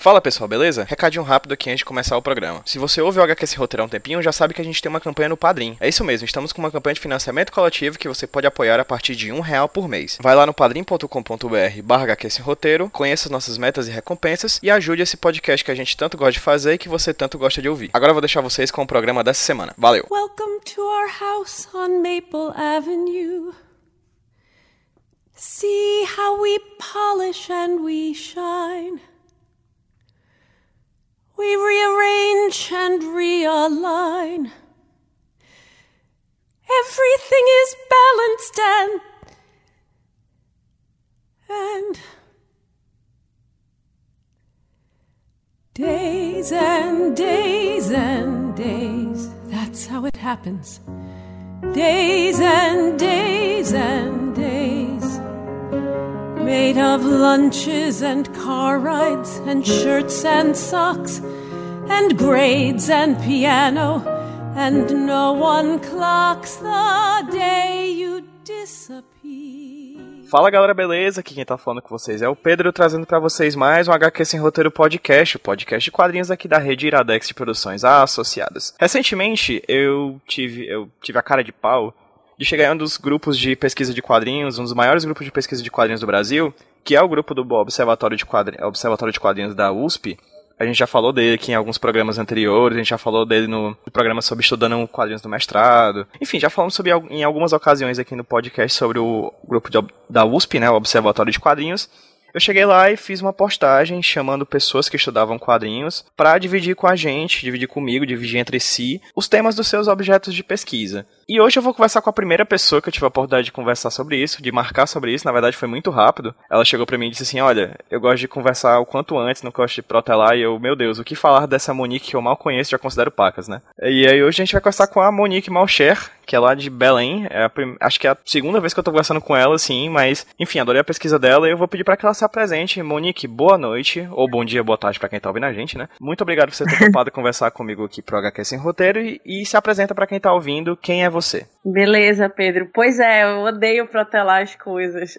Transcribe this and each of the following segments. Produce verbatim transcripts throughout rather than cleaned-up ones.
Fala pessoal, beleza? Recadinho rápido aqui antes de começar o programa. Se você ouve o H Q S Roteiro há um tempinho, já sabe que a gente tem uma campanha no Padrim. É isso mesmo, estamos com uma campanha de financiamento coletivo que você pode apoiar a partir de um real por mês. Vai lá no padrim ponto com ponto br barra H Q S Roteiro, conheça as nossas metas e recompensas e ajude esse podcast que a gente tanto gosta de fazer e que você tanto gosta de ouvir. Agora eu vou deixar vocês com o programa dessa semana. Valeu! Welcome to our house on Maple Avenue. See how we polish and we shine. We rearrange and realign. Everything is balanced and... and... Days and days and days, that's how it happens. Days and days and days, made of lunches and car rides and shirts and socks and grades and piano, and no one clocks the day you disappear. Fala galera, beleza? Aqui quem tá falando com vocês é o Pedro, trazendo pra vocês mais um H Q Sem Roteiro Podcast, o podcast de quadrinhos aqui da rede Iradex de Produções Associadas. Recentemente eu tive, eu tive a cara de pau de chegar em um dos grupos de pesquisa de quadrinhos, um dos maiores grupos de pesquisa de quadrinhos do Brasil, que é o grupo do Observatório de Quadrinhos, Observatório de Quadrinhos da U S P. A gente já falou dele aqui em alguns programas anteriores, a gente já falou dele no, no programa sobre estudando quadrinhos do mestrado. Enfim, já falamos sobre, em algumas ocasiões aqui no podcast sobre o grupo de, da U S P, né, o Observatório de Quadrinhos. Eu cheguei lá e fiz uma postagem chamando pessoas que estudavam quadrinhos para dividir com a gente, dividir comigo, dividir entre si, os temas dos seus objetos de pesquisa. E hoje eu vou conversar com a primeira pessoa que eu tive a oportunidade de conversar sobre isso, de marcar sobre isso. Na verdade foi muito rápido. Ela chegou pra mim e disse assim, olha, eu gosto de conversar o quanto antes, não gosto de protelar. E eu, meu Deus, o que falar dessa Monique que eu mal conheço, já considero pacas, né? E aí hoje a gente vai conversar com a Monique Malcher, que é lá de Belém. É a prim... Acho que é a segunda vez que eu tô conversando com ela, assim, mas enfim, adorei a pesquisa dela e eu vou pedir pra que ela se apresente. Monique, boa noite, ou bom dia, boa tarde pra quem tá ouvindo a gente, né? Muito obrigado por você ter topado conversar comigo aqui pro H Q Sem Roteiro e, e se apresenta pra quem tá ouvindo, quem é você? Beleza, Pedro. Pois é, eu odeio protelar as coisas.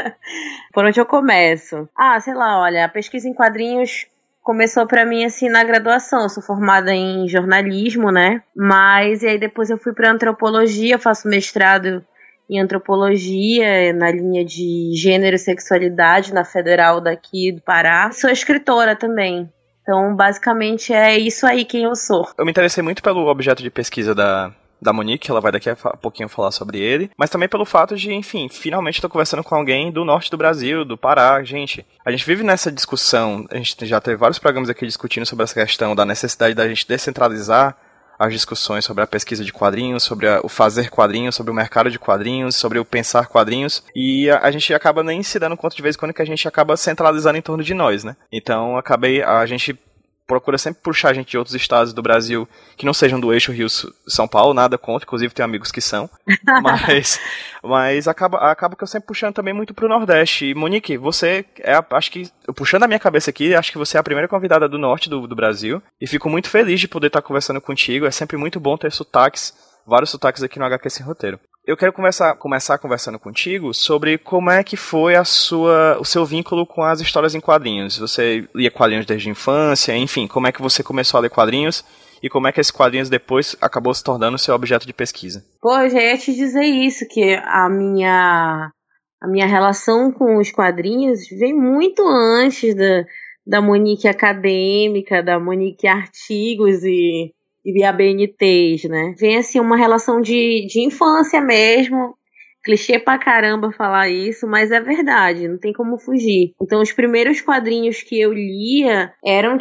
Por onde eu começo? Ah, sei lá, olha, a pesquisa em quadrinhos começou pra mim assim na graduação. Eu sou formada em jornalismo, né? Mas e aí depois eu fui pra antropologia, faço mestrado em antropologia na linha de gênero e sexualidade na Federal daqui do Pará. Sou escritora também. Então, basicamente é isso aí quem eu sou. Eu me interessei muito pelo objeto de pesquisa da da Monique, ela vai daqui a pouquinho falar sobre ele, mas também pelo fato de, enfim, finalmente estou conversando com alguém do norte do Brasil, do Pará. Gente, a gente vive nessa discussão, a gente já teve vários programas aqui discutindo sobre essa questão da necessidade da gente descentralizar as discussões sobre a pesquisa de quadrinhos, sobre a, o fazer quadrinhos, sobre o mercado de quadrinhos, sobre o pensar quadrinhos, e a, a gente acaba nem se dando conta de vez em quando que a gente acaba centralizando em torno de nós, né? Então, acabei, a gente procura sempre puxar gente de outros estados do Brasil que não sejam do eixo Rio-São Paulo, nada contra, inclusive tenho amigos que são, mas, mas acaba, acaba que eu sempre puxando também muito pro Nordeste. E Monique, você é, a, acho que, puxando a minha cabeça aqui, acho que você é a primeira convidada do Norte do, do Brasil, e fico muito feliz de poder estar conversando contigo. É sempre muito bom ter sotaques, vários sotaques aqui no H Q Sem Roteiro. Eu quero começar, começar conversando contigo sobre como é que foi a sua, o seu vínculo com as histórias em quadrinhos. Você lia quadrinhos desde a infância, enfim, como é que você começou a ler quadrinhos e como é que esses quadrinhos depois acabou se tornando seu objeto de pesquisa? Pô, eu já ia te dizer isso, que a minha, a minha relação com os quadrinhos vem muito antes da, da Monique acadêmica, da Monique artigos e... e A B N Ts, né? Vem assim uma relação de, de infância mesmo, clichê pra caramba falar isso, mas é verdade, não tem como fugir. Então os primeiros quadrinhos que eu lia eram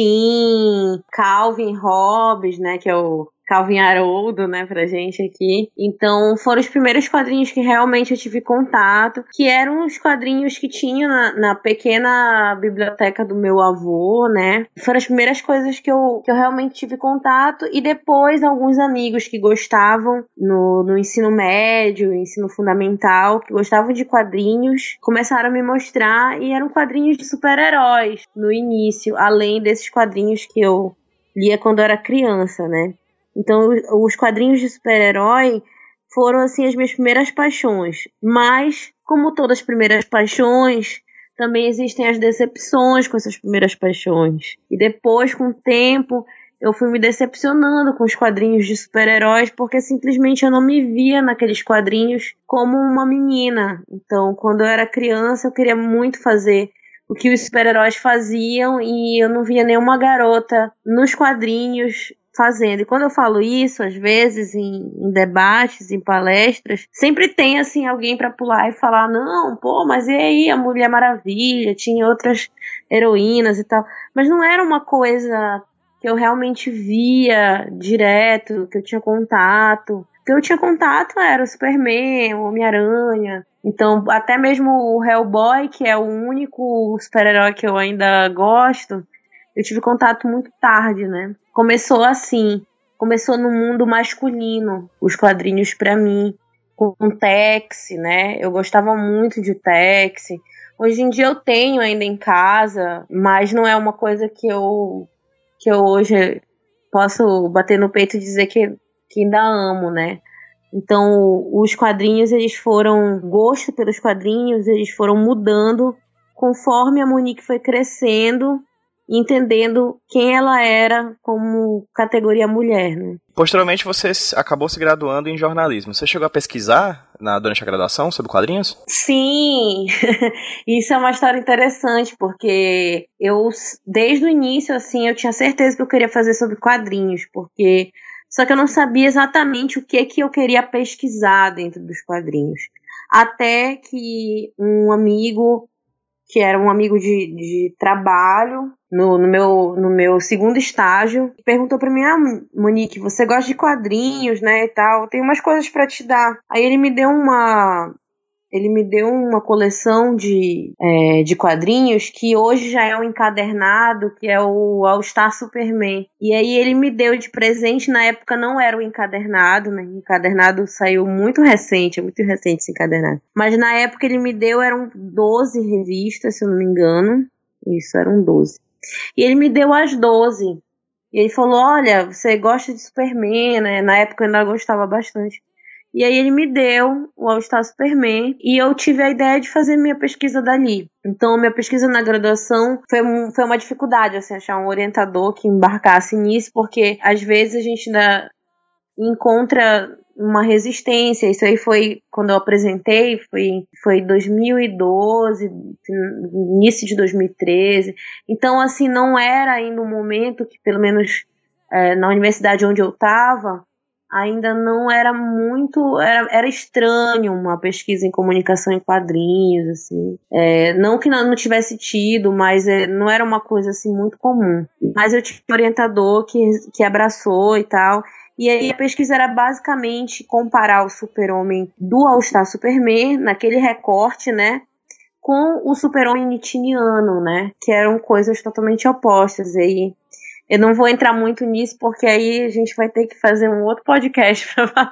Tintin, Calvin Hobbes, né, que é o Calvin Haroldo, né, pra gente aqui. Então, foram os primeiros quadrinhos que realmente eu tive contato, que eram os quadrinhos que tinha na, na pequena biblioteca do meu avô, né. Foram as primeiras coisas que eu, que eu realmente tive contato, e depois alguns amigos que gostavam no, no ensino médio, ensino fundamental, que gostavam de quadrinhos, começaram a me mostrar, e eram quadrinhos de super-heróis no início, além desses quadrinhos que eu lia quando eu era criança, né. Então, os quadrinhos de super-herói foram, assim, as minhas primeiras paixões. Mas, como todas as primeiras paixões, também existem as decepções com essas primeiras paixões. E depois, com o tempo, eu fui me decepcionando com os quadrinhos de super-heróis, porque simplesmente eu não me via naqueles quadrinhos como uma menina. Então, quando eu era criança, eu queria muito fazer o que os super-heróis faziam e eu não via nenhuma garota nos quadrinhos fazendo. E quando eu falo isso, às vezes, em, em debates, em palestras, sempre tem, assim, alguém pra pular e falar, não, pô, mas e aí a Mulher Maravilha, tinha outras heroínas e tal. Mas não era uma coisa que eu realmente via direto, que eu tinha contato. O que eu tinha contato era o Superman, o Homem-Aranha. Então, até mesmo o Hellboy, que é o único super-herói que eu ainda gosto, eu tive contato muito tarde, né? Começou assim, começou no mundo masculino, os quadrinhos pra mim, com Tex, né? Eu gostava muito de Tex. Hoje em dia eu tenho ainda em casa, mas não é uma coisa que eu, que eu hoje posso bater no peito e dizer que, que ainda amo, né? Então, os quadrinhos, eles foram, gosto pelos quadrinhos, eles foram mudando conforme a Monique foi crescendo, entendendo quem ela era como categoria mulher, né? Posteriormente, você acabou se graduando em jornalismo. Você chegou a pesquisar na, durante a graduação sobre quadrinhos? Sim! Isso é uma história interessante, porque eu, desde o início, assim, eu tinha certeza que eu queria fazer sobre quadrinhos, porque... Só que eu não sabia exatamente o que, que eu queria pesquisar dentro dos quadrinhos. Até que um amigo, que era um amigo de, de trabalho, no, no, meu, no meu segundo estágio, perguntou pra mim, ah, Monique, você gosta de quadrinhos, né, e tal, tem umas coisas pra te dar. Aí ele me deu uma... Ele me deu uma coleção de, é, de quadrinhos que hoje já é um encadernado, que é o All Star Superman. E aí ele me deu de presente, na época não era o encadernado, né? O encadernado saiu muito recente, é muito recente esse encadernado. Mas na época ele me deu, eram doze revistas, se eu não me engano. Isso, eram doze. E ele me deu as doze. E ele falou, olha, você gosta de Superman, né? Na época eu ainda gostava bastante. E aí ele me deu o All Star Superman e eu tive a ideia de fazer minha pesquisa dali. Então, minha pesquisa na graduação foi, um, foi uma dificuldade, assim, achar um orientador que embarcasse nisso, porque às vezes a gente ainda encontra uma resistência. Isso aí foi quando eu apresentei, foi foi dois mil e doze, início de dois mil e treze. Então, assim, não era ainda um momento que, pelo menos é, na universidade onde eu estava, ainda não era muito, era, era estranho uma pesquisa em comunicação em quadrinhos, assim, é, não que não, não tivesse tido, mas é, não era uma coisa, assim, muito comum, mas eu tive um orientador que, que abraçou e tal, e aí a pesquisa era basicamente comparar o Super-Homem do All Star Superman, naquele recorte, né, com o Super-Homem nitiniano, né, que eram coisas totalmente opostas, e aí eu não vou entrar muito nisso, porque aí a gente vai ter que fazer um outro podcast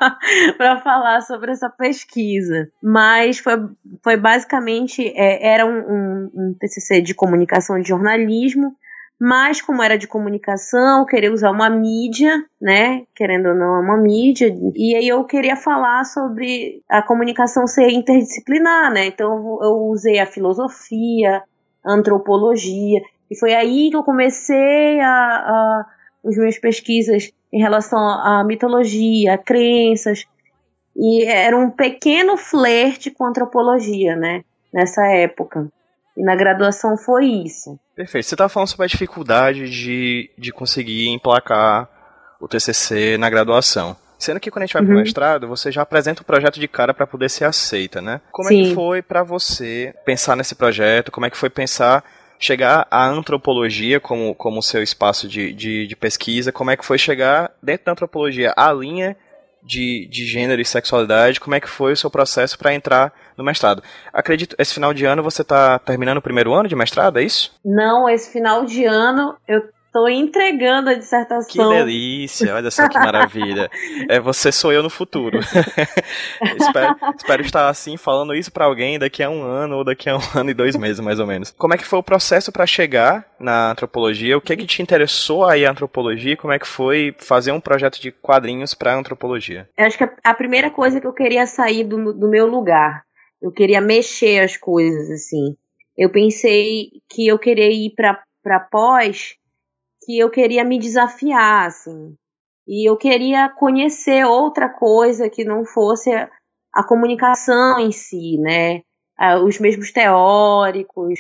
para falar sobre essa pesquisa. Mas foi, foi basicamente, é, era um, um, um T C C de comunicação e de jornalismo, mas como era de comunicação, eu queria usar uma mídia, né, querendo ou não, uma mídia, e aí eu queria falar sobre a comunicação ser interdisciplinar, né, então eu, eu usei a filosofia, a antropologia. E foi aí que eu comecei a, a, as minhas pesquisas em relação à mitologia, a crenças. E era um pequeno flerte com a antropologia, né? Nessa época. E na graduação foi isso. Perfeito. Você estava falando sobre a dificuldade de, de conseguir emplacar o T C C na graduação. Sendo que quando a gente vai uhum. pro mestrado, você já apresenta o projeto de cara para poder ser aceita, né? Como Sim. é que foi para você pensar nesse projeto? Como é que foi pensar... chegar à antropologia como, como seu espaço de, de, de pesquisa, como é que foi chegar dentro da antropologia à linha de, de gênero e sexualidade, como é que foi o seu processo para entrar no mestrado? Acredito, esse final de ano você está terminando o primeiro ano de mestrado, é isso? Não, esse final de ano eu estou entregando a dissertação. Que delícia, olha só que maravilha. É, você sou eu no futuro. espero, espero estar assim falando isso para alguém daqui a um ano ou daqui a um ano e dois meses, mais ou menos. Como é que foi o processo para chegar na antropologia? O que é que te interessou aí a antropologia? Como é que foi fazer um projeto de quadrinhos para antropologia? Eu acho que a, a primeira coisa que eu queria sair do, do meu lugar. Eu queria mexer as coisas, assim. Eu pensei que eu queria ir para para pós, que eu queria me desafiar, assim. E eu queria conhecer outra coisa que não fosse a, a comunicação em si, né? Ah, os mesmos teóricos,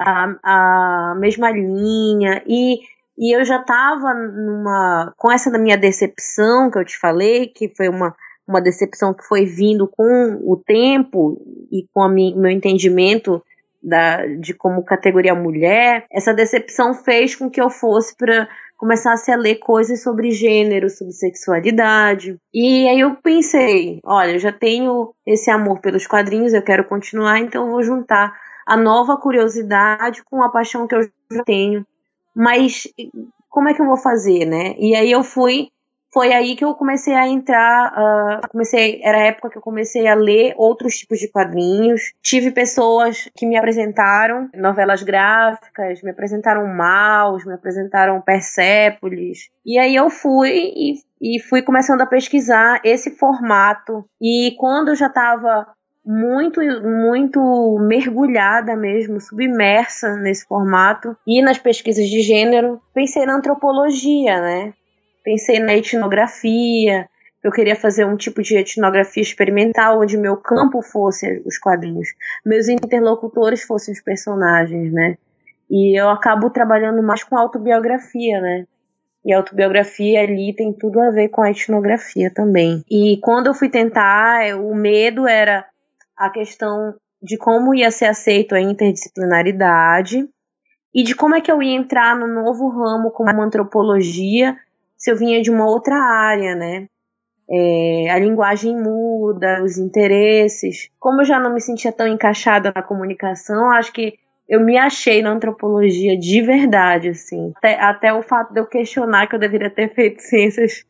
a, a mesma linha. E, e eu já estava numa... Com essa da minha decepção que eu te falei, que foi uma, uma decepção que foi vindo com o tempo e com o meu entendimento Da, de como categoria mulher, essa decepção fez com que eu fosse para começasse a ler coisas sobre gênero, sobre sexualidade. E aí eu pensei, olha, eu já tenho esse amor pelos quadrinhos, eu quero continuar, então eu vou juntar a nova curiosidade com a paixão que eu já tenho. Mas como é que eu vou fazer, né? E aí eu fui Foi aí que eu comecei a entrar, uh, comecei, era a época que eu comecei a ler outros tipos de quadrinhos. Tive pessoas que me apresentaram novelas gráficas, me apresentaram Maus, me apresentaram Persépolis. E aí eu fui e, e fui começando a pesquisar esse formato. E quando eu já estava muito, muito mergulhada mesmo, submersa nesse formato e nas pesquisas de gênero, pensei na antropologia, né? Pensei na etnografia, eu queria fazer um tipo de etnografia experimental, onde meu campo fosse os quadrinhos, meus interlocutores fossem os personagens, né? E eu acabo trabalhando mais com autobiografia, né? E a autobiografia ali tem tudo a ver com a etnografia também. E quando eu fui tentar, o medo era a questão de como ia ser aceito a interdisciplinaridade e de como é que eu ia entrar no novo ramo como uma antropologia, se eu vinha de uma outra área, né? É, a linguagem muda, os interesses. Como eu já não me sentia tão encaixada na comunicação, acho que eu me achei na antropologia de verdade, assim. Até, até o fato de eu questionar que eu deveria ter feito ciências,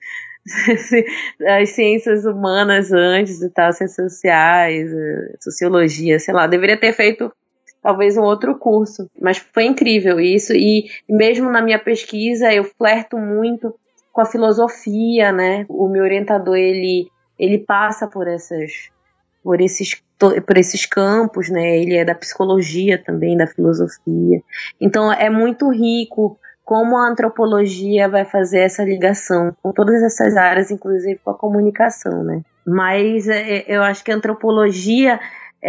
as ciências humanas antes e tal, ciências sociais, sociologia, sei lá, deveria ter feito talvez um outro curso. Mas foi incrível isso, e mesmo na minha pesquisa eu flerto muito com a filosofia, né? O meu orientador, ele, ele passa por essas, por esses, por esses campos, né? Ele é da psicologia também, da filosofia. Então é muito rico como a antropologia vai fazer essa ligação com todas essas áreas, inclusive com a comunicação, né? Mas é, eu acho que a antropologia,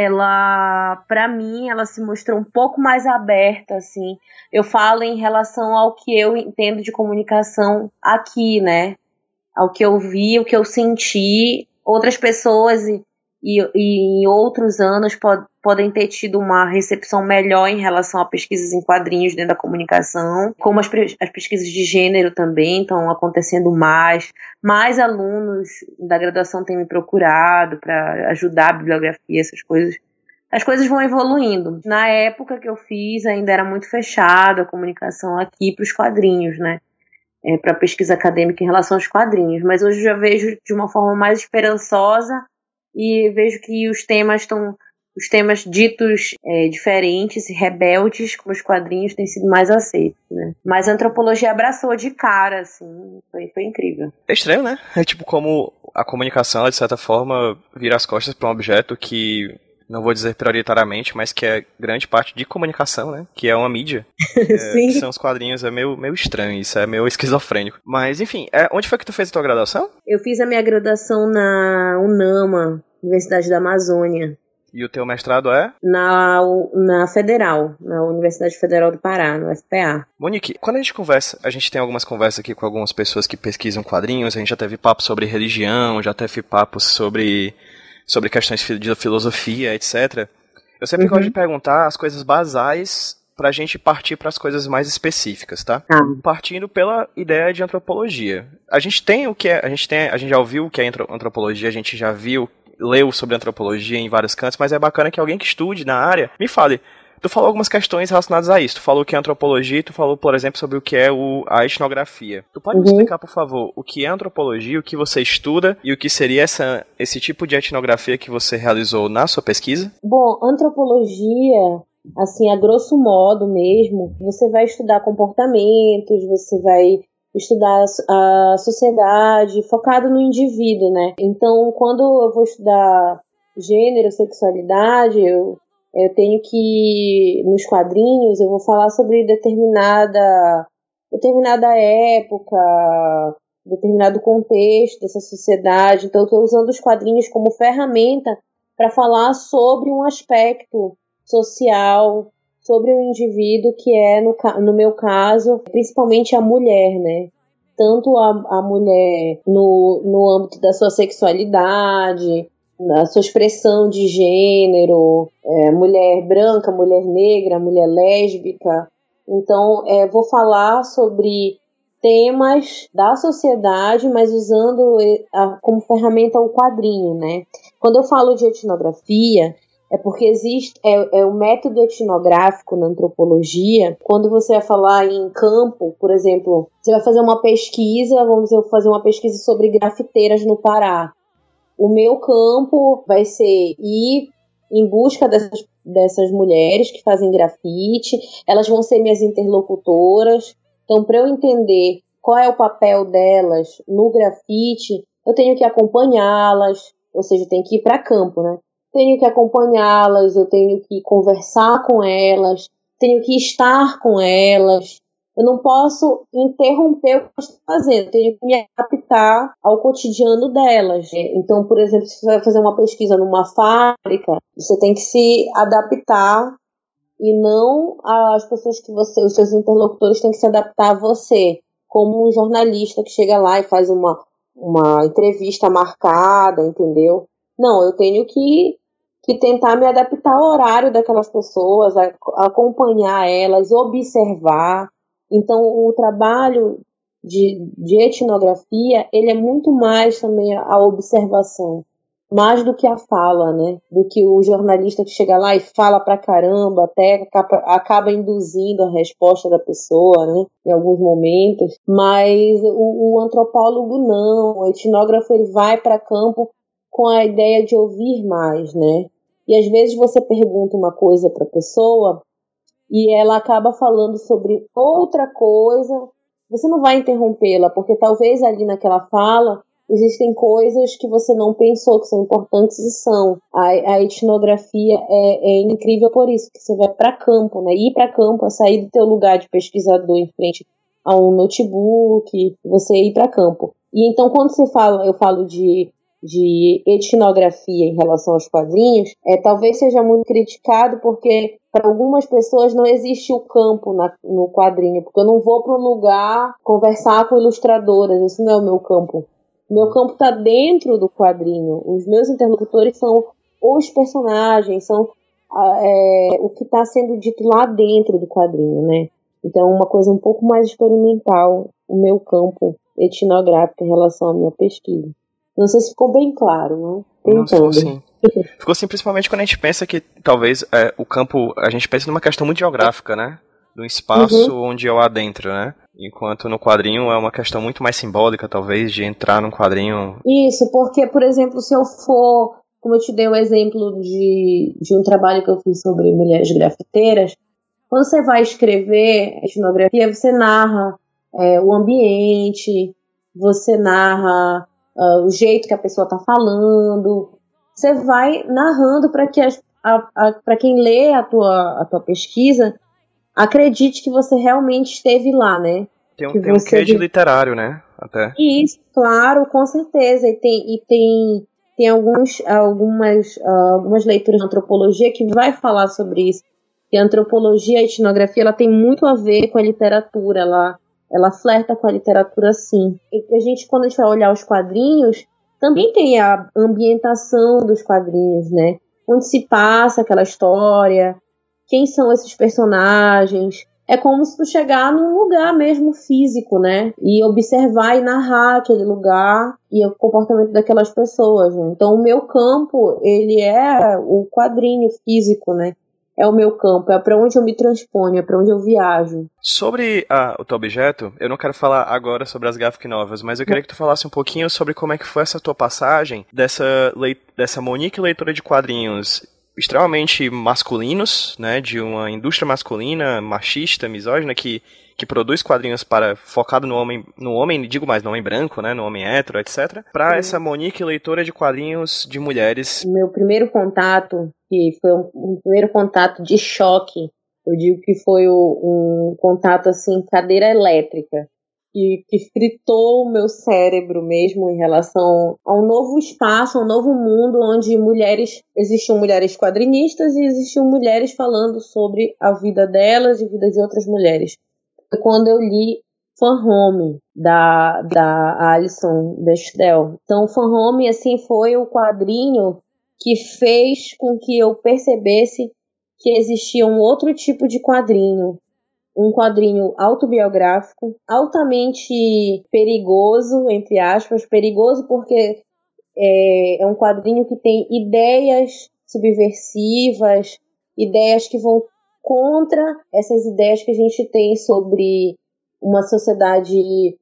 ela, para mim, ela se mostrou um pouco mais aberta, assim. Eu falo em relação ao que eu entendo de comunicação aqui, né? Ao que eu vi, o que eu senti. Outras pessoas e, e, e em outros anos pod, podem ter tido uma recepção melhor em relação a pesquisas em quadrinhos dentro da comunicação, como as, as pesquisas de gênero também estão acontecendo mais. Mais alunos da graduação têm me procurado para ajudar a bibliografia, essas coisas. As coisas vão evoluindo. Na época que eu fiz, ainda era muito fechada a comunicação aqui para os quadrinhos, né? É, para pesquisa acadêmica em relação aos quadrinhos. Mas hoje eu já vejo de uma forma mais esperançosa e vejo que os temas estão... Os temas ditos é, diferentes e rebeldes como os quadrinhos têm sido mais aceitos, né? Mas a antropologia abraçou de cara, assim, foi, foi incrível. É estranho, né? É tipo como a comunicação, ela, de certa forma, vira as costas para um objeto que, não vou dizer prioritariamente, mas que é grande parte de comunicação, né? Que é uma mídia. É, Sim. que são os quadrinhos, é meio, meio estranho isso, é meio esquizofrênico. Mas, enfim, é, onde foi que tu fez a tua graduação? Eu fiz a minha graduação na UNAMA, Universidade da Amazônia. E o teu mestrado é? Na, na Federal, na Universidade Federal do Pará, no U F P A. Monique, quando a gente conversa, a gente tem algumas conversas aqui com algumas pessoas que pesquisam quadrinhos, a gente já teve papo sobre religião, já teve papos sobre, sobre questões de filosofia, etcétera. Eu sempre uhum. gosto de perguntar as coisas basais pra gente partir para as coisas mais específicas, tá? Ah. Partindo pela ideia de antropologia. A gente tem o que é, a gente tem, a gente já ouviu o que é antropologia, a gente já viu leu sobre antropologia em vários cantos, mas é bacana que alguém que estude na área me fale. Tu falou algumas questões relacionadas a isso. Tu falou o que é antropologia e tu falou, por exemplo, sobre o que é o, a etnografia. Tu pode uhum. me explicar, por favor, o que é antropologia, o que você estuda e o que seria essa, esse tipo de etnografia que você realizou na sua pesquisa? Bom, antropologia, assim, a grosso modo mesmo, você vai estudar comportamentos, você vai estudar a sociedade, focado no indivíduo, né? Então, quando eu vou estudar gênero, sexualidade, eu, Eu tenho que, nos quadrinhos, eu vou falar sobre determinada, determinada época, determinado contexto dessa sociedade. Então, eu estou usando os quadrinhos como ferramenta para falar sobre um aspecto social, sobre o indivíduo que é, no, no meu caso, principalmente a mulher, né? Tanto a, a mulher no, no âmbito da sua sexualidade, na sua expressão de gênero, é, mulher branca, mulher negra, mulher lésbica. Então, é, vou falar sobre temas da sociedade, mas usando a, como ferramenta o quadrinho, né? Quando eu falo de etnografia, é porque existe é, é o método etnográfico na antropologia. Quando você vai falar em campo, por exemplo, você vai fazer uma pesquisa, vamos dizer, fazer uma pesquisa sobre grafiteiras no Pará. O meu campo vai ser ir em busca dessas, dessas mulheres que fazem grafite, elas vão ser minhas interlocutoras. Então, para eu entender qual é o papel delas no grafite, eu tenho que acompanhá-las, ou seja, eu tenho que ir para campo, né? Tenho que acompanhá-las, eu tenho que conversar com elas, tenho que estar com elas. Eu não posso interromper o que elas estão fazendo, eu tenho que me adaptar ao cotidiano delas. Então, por exemplo, se você vai fazer uma pesquisa numa fábrica, você tem que se adaptar e não as pessoas que você, os seus interlocutores têm que se adaptar a você, como um jornalista que chega lá e faz uma, uma entrevista marcada, entendeu? Não, eu tenho que, que tentar me adaptar ao horário daquelas pessoas, a, a acompanhar elas, observar. Então, o trabalho de, de etnografia, ele é muito mais também a observação, mais do que a fala, né? Do que o jornalista que chega lá e fala pra caramba, até acaba, acaba induzindo a resposta da pessoa, né? Em alguns momentos. Mas o, o antropólogo não, o etnógrafo ele vai para campo com a ideia de ouvir mais, né? E às vezes você pergunta uma coisa para a pessoa e ela acaba falando sobre outra coisa, você não vai interrompê-la, porque talvez ali naquela fala existem coisas que você não pensou que são importantes e são. A, a etnografia é, é incrível por isso, que você vai para campo, né? Ir para campo é sair do teu lugar de pesquisador em frente a um notebook, você ir para campo. E então quando você fala, eu falo de de etnografia em relação aos quadrinhos, é, talvez seja muito criticado porque para algumas pessoas não existe o campo na, no quadrinho, porque eu não vou para um lugar conversar com ilustradoras, esse não é o meu campo. O meu campo está dentro do quadrinho, os meus interlocutores são os personagens, são é, o que está sendo dito lá dentro do quadrinho, né? Então é uma coisa um pouco mais experimental, o meu campo etnográfico em relação à minha pesquisa. Não sei se ficou bem claro, né? Tentando. Não, sim. Ficou assim, principalmente quando a gente pensa que talvez é, o campo, a gente pensa numa questão muito geográfica, né? Do espaço uhum. onde é o adentro, né? Enquanto no quadrinho é uma questão muito mais simbólica, talvez, de entrar num quadrinho. Isso, porque, por exemplo, se eu for, como eu te dei o exemplo de, de um trabalho que eu fiz sobre mulheres grafiteiras, quando você vai escrever etnografia, você narra é, o ambiente, você narra Uh, o jeito que a pessoa está falando, você vai narrando para que para quem lê a tua, a tua pesquisa acredite que você realmente esteve lá, né? Tem um, tem um quê de literário, né? Até. Isso, claro, com certeza. E tem, e tem, tem alguns, algumas, uh, algumas leituras de antropologia que vai falar sobre isso. E a antropologia, a etnografia, ela tem muito a ver com a literatura, ela Ela flerta com a literatura, sim. E a gente, quando a gente vai olhar os quadrinhos, também tem a ambientação dos quadrinhos, né? Onde se passa aquela história, quem são esses personagens. É como se tu chegar num lugar mesmo físico, né? E observar e narrar aquele lugar e o comportamento daquelas pessoas, né? Então, o meu campo, ele é o quadrinho físico, né? É o meu campo, é para onde eu me transponho, é para onde eu viajo. Sobre ah, o teu objeto, eu não quero falar agora sobre as graphic novels, mas eu queria que tu falasse um pouquinho sobre como é que foi essa tua passagem dessa, leit- dessa Monique leitora de quadrinhos extremamente masculinos, né, de uma indústria masculina, machista, misógina, que, que produz quadrinhos para focado no homem, no homem, digo mais, no homem branco, né, no homem hétero, etcétera, para essa Monique leitora de quadrinhos de mulheres. Meu primeiro contato, que foi um, um primeiro contato de choque, eu digo que foi o, um contato assim, cadeira elétrica, que, que fritou o meu cérebro mesmo em relação a um novo espaço, a um novo mundo onde mulheres, existiam mulheres quadrinistas e existiam mulheres falando sobre a vida delas e a vida de outras mulheres. Foi quando eu li Fan Home, da, da Alison Bechdel. Então, Fan Home, assim, foi o quadrinho que fez com que eu percebesse que existia um outro tipo de quadrinho. Um quadrinho autobiográfico, altamente perigoso, entre aspas, perigoso porque é, é um quadrinho que tem ideias subversivas, ideias que vão contra essas ideias que a gente tem sobre uma sociedade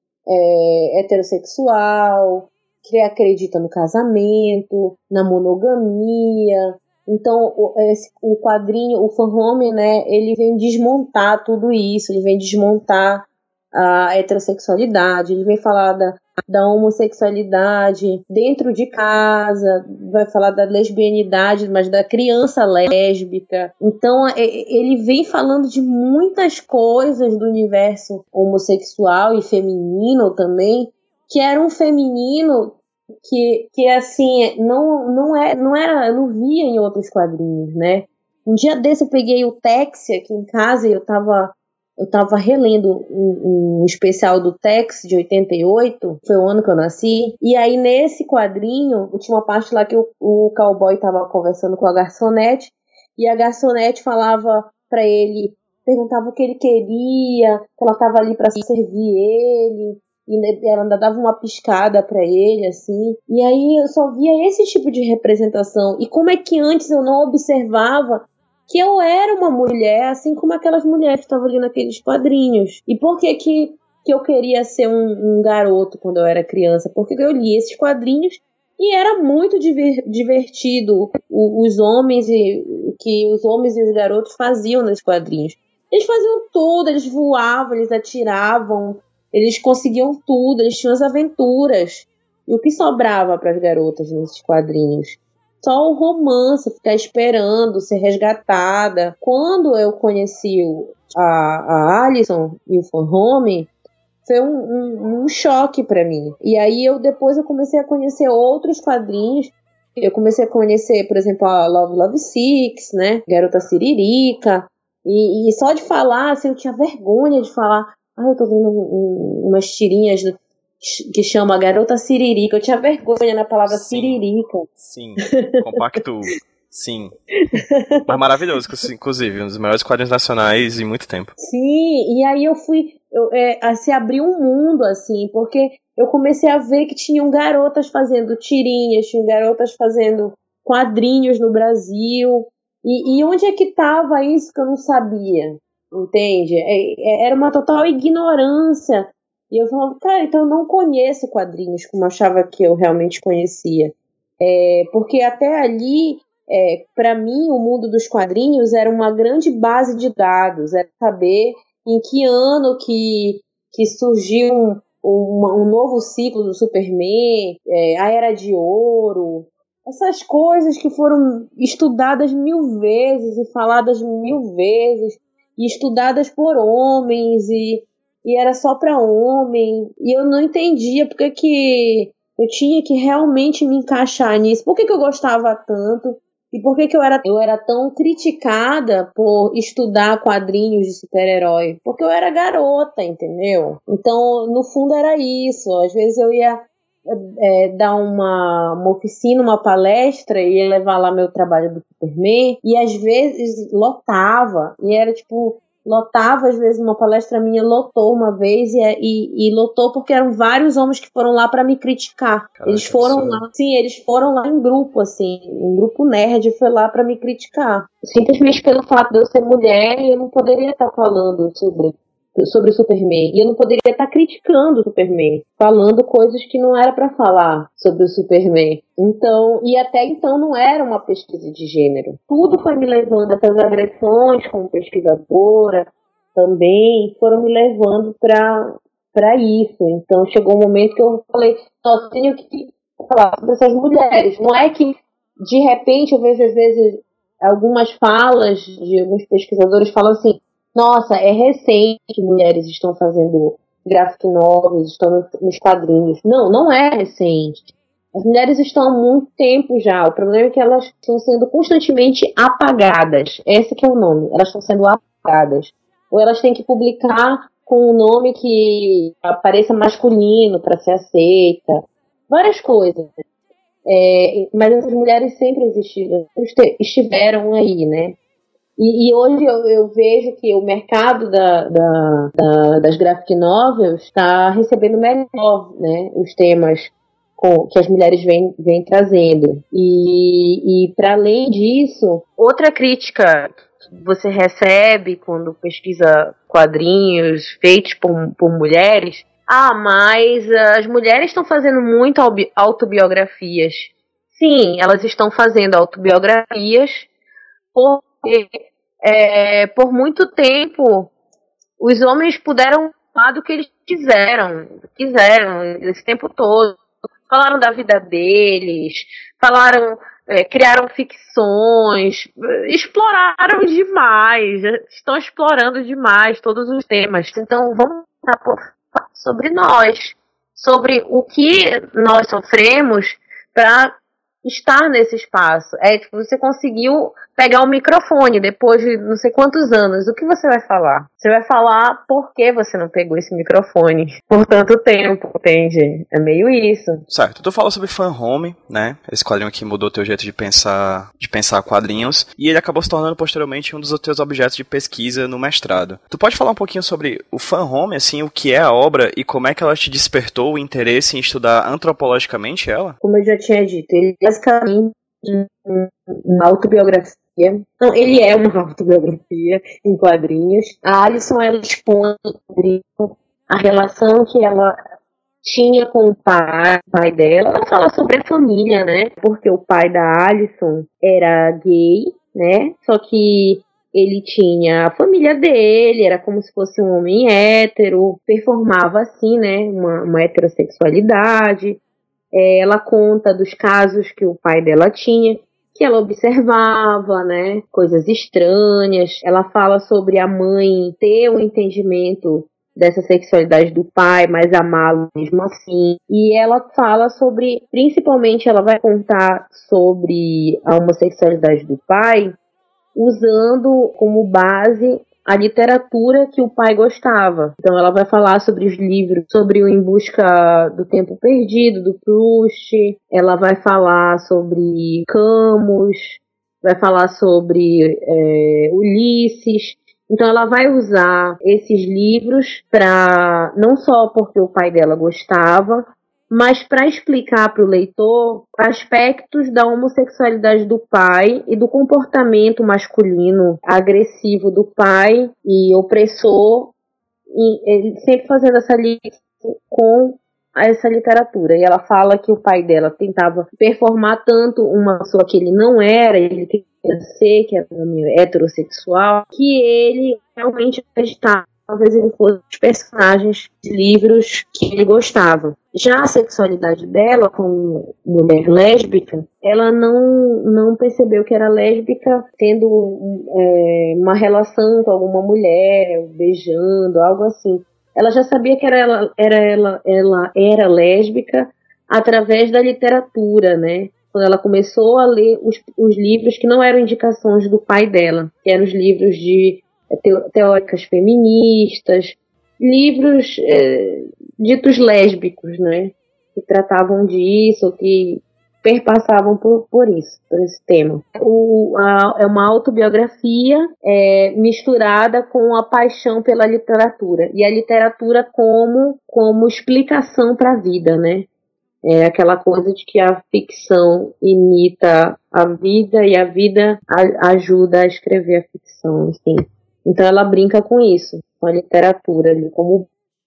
é, heterossexual, que acredita no casamento, na monogamia. Então, o, esse, o quadrinho, o Fan Home, né, ele vem desmontar tudo isso, ele vem desmontar a heterossexualidade, ele vem falar da, da homossexualidade dentro de casa, vai falar da lesbianidade, mas da criança lésbica. Então, ele vem falando de muitas coisas do universo homossexual e feminino também, que era um feminino que, que assim, não, não, é, não era, eu não via em outros quadrinhos, né? Um dia desse eu peguei o Tex aqui em casa e eu tava, eu tava relendo um, um especial do Tex de oitenta e oito, foi o ano que eu nasci, e aí nesse quadrinho, tinha uma parte lá que o, o cowboy tava conversando com a garçonete, e a garçonete falava pra ele, perguntava o que ele queria, que ela tava ali pra servir ele, e ela ainda dava uma piscada pra ele, assim. E aí eu só via esse tipo de representação. E como é que antes eu não observava que eu era uma mulher, assim como aquelas mulheres que estavam ali naqueles quadrinhos. E por que que, que eu queria ser um, um garoto quando eu era criança? Porque eu li esses quadrinhos e era muito diver, divertido o, os homens e o que os homens e os garotos faziam nos quadrinhos. Eles faziam tudo, eles voavam, eles atiravam, eles conseguiam tudo, eles tinham as aventuras. E o que sobrava para as garotas nesses quadrinhos? Só o romance, ficar esperando, ser resgatada. Quando eu conheci a, a Alison e o Fan Home, foi um, um, um choque para mim. E aí eu depois eu comecei a conhecer outros quadrinhos. Eu comecei a conhecer, por exemplo, a Love Love Six, né? Garota Siririca. E, e só de falar, assim, eu tinha vergonha de falar. Ah, eu tô vendo um, um, umas tirinhas do, que chama Garota Siririca. Eu tinha vergonha na palavra sim, Siririca. Sim, compacto. Sim. Mas maravilhoso, inclusive. Um dos melhores quadrinhos nacionais em muito tempo. Sim, e aí eu fui... Eu, é, se abriu um mundo, assim, porque eu comecei a ver que tinham garotas fazendo tirinhas, tinham garotas fazendo quadrinhos no Brasil. E, e onde é que tava isso que eu não sabia? Entende? É, é, era uma total ignorância. E eu falava, cara, então eu não conheço quadrinhos como eu achava que eu realmente conhecia. É, porque até ali, é, para mim, o mundo dos quadrinhos era uma grande base de dados. Era saber em que ano que, que surgiu um, um, um novo ciclo do Superman, é, a Era de Ouro. Essas coisas que foram estudadas mil vezes e faladas mil vezes. E estudadas por homens, e, e era só para homem, e eu não entendia porque que eu tinha que realmente me encaixar nisso, por que que eu gostava tanto, e por que que eu era, eu era tão criticada por estudar quadrinhos de super-herói, porque eu era garota, entendeu? Então, no fundo era isso, às vezes eu ia É, dar uma, uma oficina, uma palestra e ia levar lá meu trabalho do Superman e às vezes lotava e era tipo, lotava às vezes uma palestra minha lotou uma vez e, e, e lotou porque eram vários homens que foram lá pra me criticar. Caraca, eles foram lá, sim, eles foram lá em grupo, assim, um grupo nerd foi lá pra me criticar. Simplesmente pelo fato de eu ser mulher eu não poderia estar falando sobre sobre o Superman. E eu não poderia estar criticando o Superman, falando coisas que não era para falar sobre o Superman. Então, e até então não era uma pesquisa de gênero. Tudo foi me levando, essas agressões como pesquisadora também foram me levando para para isso. Então chegou um momento que eu falei, nossa, tenho que falar sobre essas mulheres. Não é que de repente eu vejo às vezes algumas falas de alguns pesquisadores falam assim, nossa, é recente que mulheres estão fazendo graphic novels, estão nos quadrinhos. Não, não é recente. As mulheres estão há muito tempo já. O problema é que elas estão sendo constantemente apagadas. Esse que é o nome. Elas estão sendo apagadas. Ou elas têm que publicar com um nome que pareça masculino para ser aceita. Várias coisas. É, mas essas mulheres sempre existiram, estiveram aí, né? E, e hoje eu, eu vejo que o mercado da, da, da, das graphic novels está recebendo melhor, né, os temas com, que as mulheres vêm, vêm trazendo. E, e para além disso, outra crítica que você recebe quando pesquisa quadrinhos feitos por, por mulheres, ah, mas as mulheres estão fazendo muito autobiografias. Sim, elas estão fazendo autobiografias porque é, por muito tempo os homens puderam falar do que eles quiseram, quiseram esse tempo todo. Falaram da vida deles, falaram, é, criaram ficções, exploraram demais, estão explorando demais todos os temas. Então vamos falar sobre nós, sobre o que nós sofremos para estar nesse espaço. É tipo, você conseguiu pegar o microfone depois de não sei quantos anos. O que você vai falar? Você vai falar por que você não pegou esse microfone por tanto tempo, entende? É meio isso. Certo. Tu falou sobre Fan Home, né? Esse quadrinho que mudou teu jeito de pensar, de pensar quadrinhos, e ele acabou se tornando posteriormente um dos teus objetos de pesquisa no mestrado. Tu pode falar um pouquinho sobre o Fan Home, assim, o que é a obra e como é que ela te despertou o interesse em estudar antropologicamente ela? Como eu já tinha dito, ele é basicamente uma autobiografia. Não, ele é uma autobiografia em quadrinhos. A Alison, ela expõe a relação que ela tinha com o pai, o pai dela. Ela fala sobre a família, né? Porque o pai da Alison era gay, né? Só que ele tinha a família dele, era como se fosse um homem hétero, performava assim, né? Uma, uma heterossexualidade. É, ela conta dos casos que o pai dela tinha, que ela observava, né, coisas estranhas. Ela fala sobre a mãe ter um entendimento dessa sexualidade do pai, mas amá-lo mesmo assim. E ela fala sobre, principalmente ela vai contar sobre a homossexualidade do pai, usando como base a literatura que o pai gostava. Então ela vai falar sobre os livros, sobre o Em Busca do Tempo Perdido, do Proust. Ela vai falar sobre Camus, vai falar sobre é, Ulisses. Então ela vai usar esses livros para, não só porque o pai dela gostava, mas para explicar para o leitor aspectos da homossexualidade do pai e do comportamento masculino agressivo do pai e opressor, e ele sempre fazendo essa ligação com essa literatura. E ela fala que o pai dela tentava performar tanto uma pessoa que ele não era, ele queria ser, que era um heterossexual, que ele realmente acreditava. Talvez ele fosse os personagens de livros que ele gostava. Já a sexualidade dela, como mulher lésbica, ela não, não percebeu que era lésbica tendo é, uma relação com alguma mulher, beijando, algo assim. Ela já sabia que era ela, era, ela, ela era lésbica através da literatura, né? Quando ela começou a ler os, os livros que não eram indicações do pai dela, que eram os livros de teóricas feministas, livros é, ditos lésbicos, né, que tratavam disso, que perpassavam por, por isso, por esse tema. O, a, é uma autobiografia é, misturada com a paixão pela literatura, e a literatura como, como explicação para a vida, né? É aquela coisa de que a ficção imita a vida e a vida a, ajuda a escrever a ficção, assim. Então ela brinca com isso, com a literatura ali, como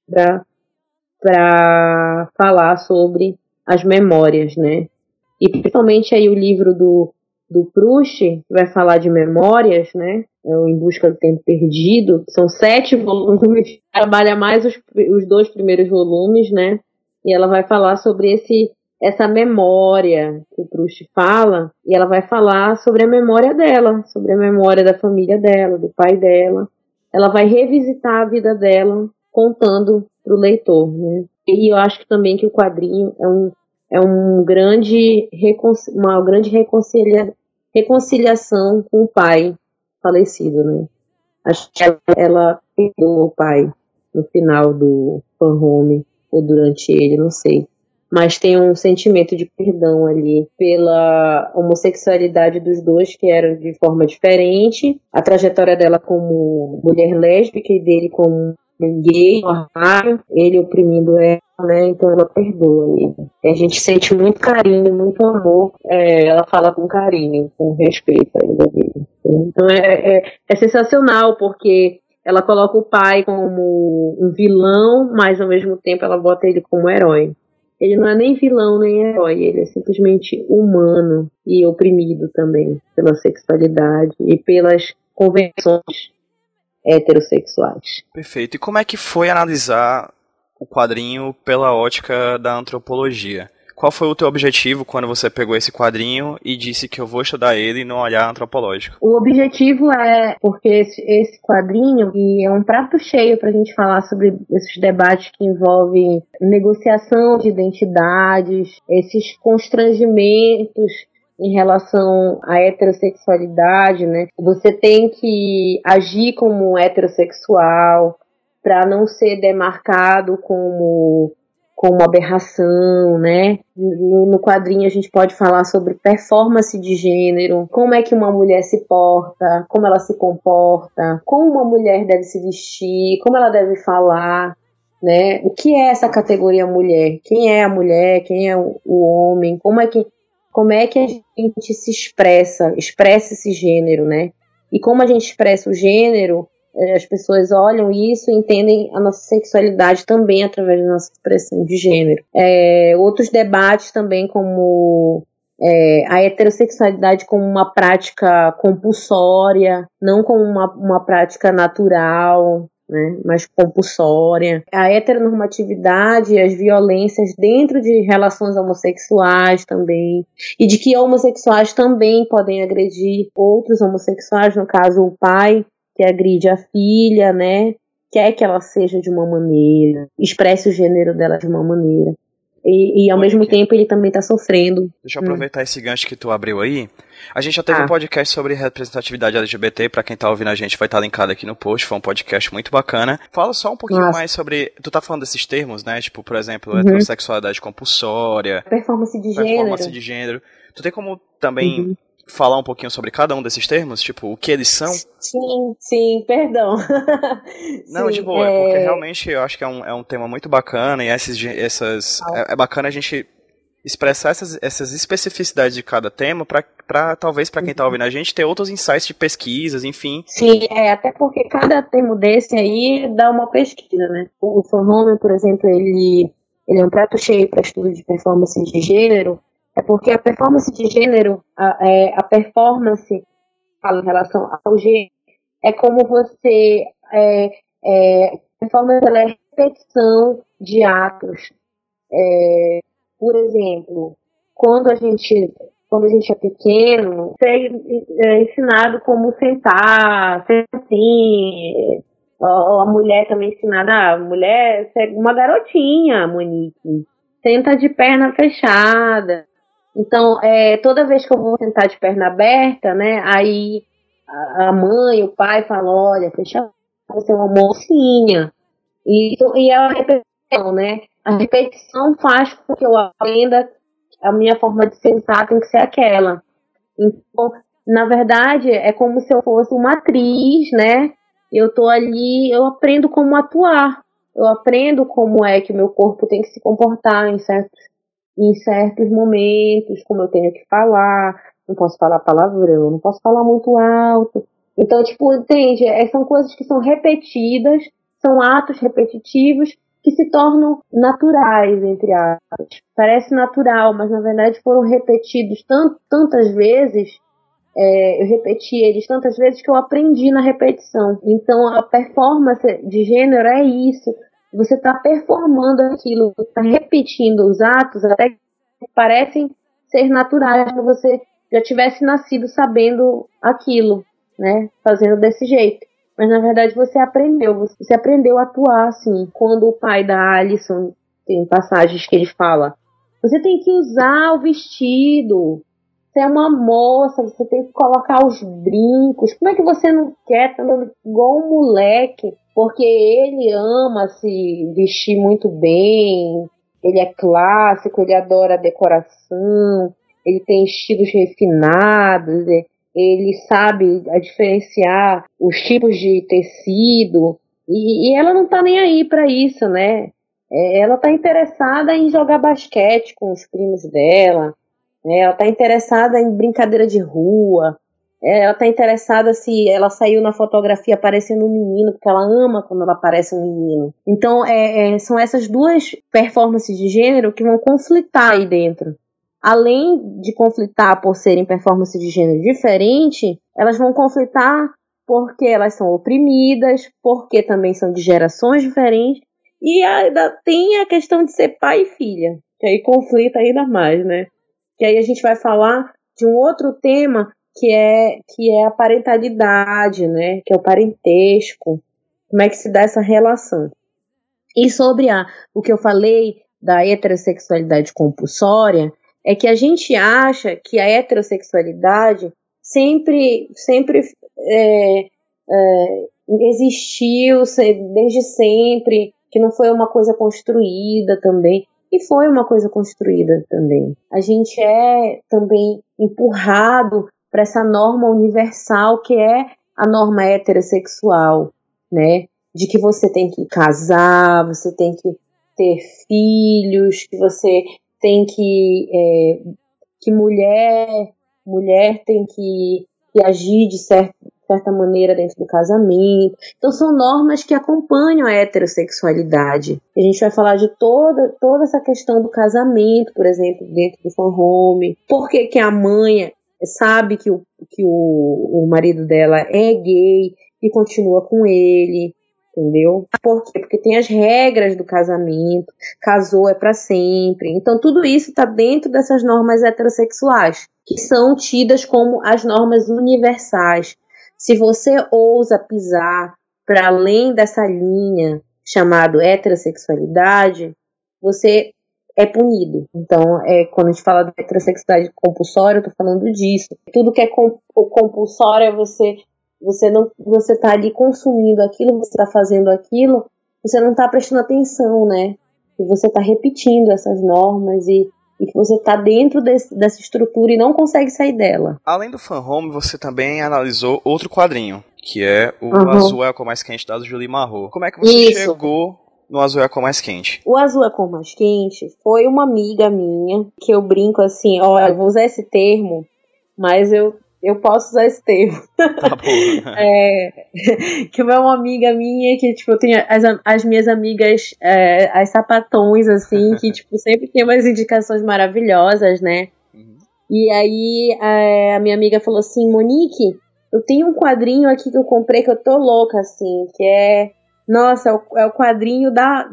para falar sobre as memórias, né? E principalmente aí o livro do, do Proust vai falar de memórias, né? É o Em Busca do Tempo Perdido, que são sete volumes, trabalha mais os, os dois primeiros volumes, né? E ela vai falar sobre esse, essa memória que o Proust fala, e ela vai falar sobre a memória dela, sobre a memória da família dela, do pai dela. Ela vai revisitar a vida dela, contando para o leitor, né? E eu acho também que o quadrinho é um, é um grande, uma grande reconcilia, reconciliação com o pai falecido, né? Acho que ela, ela perdoou o pai no final do Fan Home, ou durante ele, não sei. Mas tem um sentimento de perdão ali pela homossexualidade dos dois, que eram de forma diferente, a trajetória dela como mulher lésbica e dele como gay, ele oprimindo ela, né? Então ela perdoa ele. A gente sente muito carinho, muito amor. É, ela fala com carinho, com respeito ainda dele. Então é, é, é sensacional, porque ela coloca o pai como um vilão, mas ao mesmo tempo ela bota ele como herói. Ele não é nem vilão nem herói, ele é simplesmente humano e oprimido também pela sexualidade e pelas convenções heterossexuais. Perfeito. E como é que foi analisar o quadrinho pela ótica da antropologia? Qual foi o teu objetivo quando você pegou esse quadrinho e disse que eu vou estudar ele no olhar antropológico? O objetivo é, porque esse, esse quadrinho e é um prato cheio para a gente falar sobre esses debates que envolvem negociação de identidades, esses constrangimentos em relação à heterossexualidade, né? Você tem que agir como heterossexual para não ser demarcado como como aberração, né? No, no quadrinho a gente pode falar sobre performance de gênero, como é que uma mulher se porta, como ela se comporta, como uma mulher deve se vestir, como ela deve falar, né? O que é essa categoria mulher? Quem é a mulher? Quem é o, o homem? Como é que como é que a gente se expressa, expressa esse gênero, né? E como a gente expressa o gênero, as pessoas olham isso e entendem a nossa sexualidade também através da nossa expressão de gênero. É, outros debates também, como é, a heterossexualidade como uma prática compulsória, não como uma, uma prática natural, né, mas compulsória. A heteronormatividade e as violências dentro de relações homossexuais também, e de que homossexuais também podem agredir outros homossexuais, no caso o pai, que agride a filha, né? Quer que ela seja de uma maneira, expresse o gênero dela de uma maneira. E, e ao Oi, mesmo aqui. tempo ele também está sofrendo. Deixa eu aproveitar hum. esse gancho que tu abriu aí. A gente já teve ah. um podcast sobre representatividade L G B T, pra quem tá ouvindo a gente vai estar linkado aqui no post, foi um podcast muito bacana. Fala só um pouquinho Nossa. mais sobre, tu tá falando desses termos, né, tipo, por exemplo, uhum. heterossexualidade compulsória, performance de performance gênero. de gênero. Tu tem como também uhum. falar um pouquinho sobre cada um desses termos? Tipo, o que eles são? Sim, sim, perdão. Não, sim, de boa, é... é porque realmente eu acho que é um, é um tema muito bacana e esses, essas, ah. é, é bacana a gente expressar essas, essas especificidades de cada tema para para talvez para quem está ouvindo a gente ter outros insights de pesquisas, enfim. Sim, é, até porque cada termo desse aí dá uma pesquisa, né? O Fan Home, por exemplo, ele, ele é um prato cheio para estudo de performance de gênero, é porque a performance de gênero, a, é, a performance fala em relação ao gênero, é como você, é, é, performance ela é repetição de atos. É, por exemplo, quando a gente quando a gente é pequeno, é, é ensinado como sentar, ser assim. A mulher também é ensinada, a mulher é uma garotinha, Monique, senta de perna fechada. Então, é, toda vez que eu vou sentar de perna aberta, né, aí a, a mãe, o pai falam, olha, fecha, você é uma mocinha. E, e é a repetição, né? A repetição faz com que eu aprenda a minha forma de sentar tem que ser aquela. Então, na verdade, é como se eu fosse uma atriz, né? Eu tô ali, eu aprendo como atuar. Eu aprendo como é que o meu corpo tem que se comportar em certos, em certos momentos, como eu tenho que falar. Não posso falar palavrão, não posso falar muito alto. Então, tipo, entende? É, são coisas que são repetidas, são atos repetitivos que se tornam naturais, entre aspas. Parece natural, mas na verdade foram repetidos tant, tantas vezes, é, eu repeti eles tantas vezes que eu aprendi na repetição. Então, a performance de gênero é isso. Você está performando aquilo, está repetindo os atos até que parecem ser naturais, como você já tivesse nascido sabendo aquilo, né? Fazendo desse jeito. Mas na verdade você aprendeu, você aprendeu a atuar assim. Quando o pai da Alison, tem passagens que ele fala, você tem que usar o vestido, você é uma moça, você tem que colocar os brincos, como é que você não quer, tá andando igual um moleque? Porque ele ama se vestir muito bem, ele é clássico, ele adora a decoração, ele tem estilos refinados, ele sabe a diferenciar os tipos de tecido, e, e ela não tá nem aí pra isso, né? É, ela tá interessada em jogar basquete com os primos dela, né? Ela tá interessada em brincadeira de rua, é, ela tá interessada se ela saiu na fotografia parecendo um menino, porque ela ama quando ela parece um menino. Então, é, é, são essas duas performances de gênero que vão conflitar aí dentro. Além de conflitar por serem performances de gênero diferente, elas vão conflitar porque elas são oprimidas, porque também são de gerações diferentes, e ainda tem a questão de ser pai e filha, que aí conflita ainda mais, né? Que aí a gente vai falar de um outro tema que é, que é a parentalidade, né? Que é o parentesco, como é que se dá essa relação. E sobre a, o que eu falei da heterossexualidade compulsória, é que a gente acha que a heterossexualidade sempre, sempre é, é, existiu desde sempre, que não foi uma coisa construída também, e foi uma coisa construída também. A gente é também empurrado para essa norma universal que é a norma heterossexual, né? De que você tem que casar, você tem que ter filhos, que você tem que é, que mulher mulher tem que, que agir de certa, certa maneira dentro do casamento. Então são normas que acompanham a heterossexualidade. A gente vai falar de toda, toda essa questão do casamento, por exemplo, dentro do fan home. Por que que a mãe sabe que, o, que o, o marido dela é gay e continua com ele? Entendeu? Por quê? Porque tem as regras do casamento, casou é pra sempre. Então tudo isso está dentro dessas normas heterossexuais, que são tidas como as normas universais. Se você ousa pisar para além dessa linha chamada heterossexualidade, você é punido. Então, é, quando a gente fala de heterossexualidade compulsória, eu tô falando disso. Tudo que é compulsório é você... Você não, você tá ali consumindo aquilo, você tá fazendo aquilo, você não tá prestando atenção, né? E você tá repetindo essas normas e, e que você tá dentro desse, dessa estrutura e não consegue sair dela. Além do fan home, você também analisou outro quadrinho, que é o uhum. Azul é a Cor Mais Quente, da Julie Marrot. Como é que você Isso. chegou no Azul é a Cor Mais Quente? O Azul é a Cor Mais Quente foi uma amiga minha, que eu brinco assim, olha, eu vou usar esse termo, mas eu Eu posso usar esse termo. Tá bom. é, que é uma amiga minha que, tipo, eu tenho as, as minhas amigas, é, as sapatões, assim, que, tipo, sempre tem umas indicações maravilhosas, né? Uhum. E aí, a, a minha amiga falou assim, Monique, eu tenho um quadrinho aqui que eu comprei que eu tô louca, assim, que é, nossa, é o, é o quadrinho da,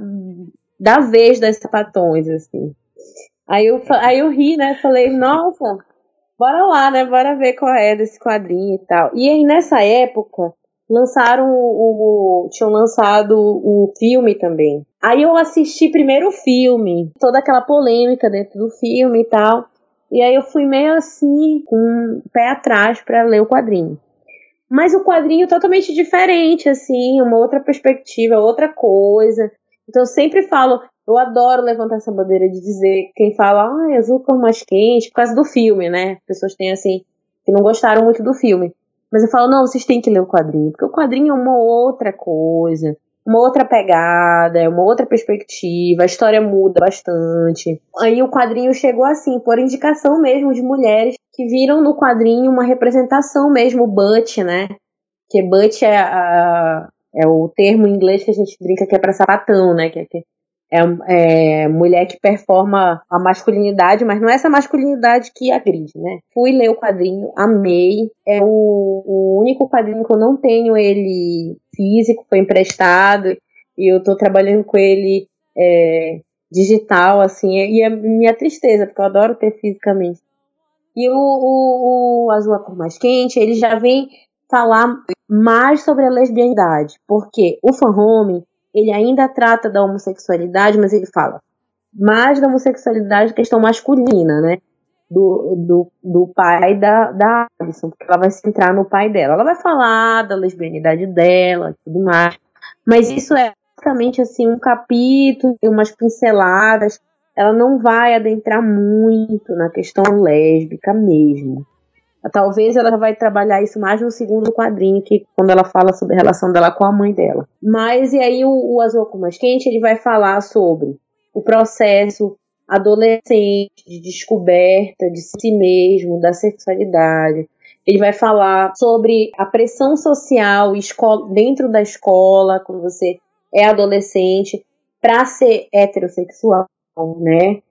da vez das sapatões, assim. Aí eu, aí eu ri, né? Falei, nossa... Bora lá, né? Bora ver qual é desse quadrinho e tal. E aí, nessa época, lançaram o, o... tinham lançado o filme também. Aí eu assisti primeiro o filme. Toda aquela polêmica dentro do filme e tal. E aí eu fui meio assim, com um pé atrás pra ler o quadrinho. Mas o quadrinho totalmente diferente, assim. Uma outra perspectiva, outra coisa. Então eu sempre falo... Eu adoro levantar essa bandeira de dizer, quem fala, ah, Azul Cor Mais Quente, por causa do filme, né? Pessoas têm, assim, que não gostaram muito do filme. Mas eu falo, não, vocês têm que ler o quadrinho, porque o quadrinho é uma outra coisa, uma outra pegada, é uma outra perspectiva, a história muda bastante. Aí o quadrinho chegou assim, por indicação mesmo de mulheres que viram no quadrinho uma representação mesmo, o Butch, né? que butt é, a, é o termo em inglês que a gente brinca que é para sapatão, né? Que, que é, é mulher que performa a masculinidade, mas não é essa masculinidade que agride, né? Fui ler o quadrinho, amei. É o, o único quadrinho que eu não tenho ele físico, foi emprestado, e eu tô trabalhando com ele é, digital, assim, e é minha tristeza, porque eu adoro ter fisicamente. E o, o, o Azul, a Cor Mais Quente, ele já vem falar mais sobre a lesbianidade, porque o fan home, ele ainda trata da homossexualidade, mas ele fala mais da homossexualidade, questão masculina, né? Do, do, do pai da, da Alison, porque ela vai se centrar no pai dela. Ela vai falar da lesbianidade dela e tudo mais, mas isso é basicamente assim, um capítulo, umas pinceladas. Ela não vai adentrar muito na questão lésbica mesmo. Talvez ela vai trabalhar isso mais no segundo quadrinho, que quando ela fala sobre a relação dela com a mãe dela. Mas e aí o, o Azul, a Cor Mais Quente, ele vai falar sobre o processo adolescente de descoberta de si mesmo, da sexualidade. Ele vai falar sobre a pressão social escola, dentro da escola, quando você é adolescente, para ser heterossexual, né?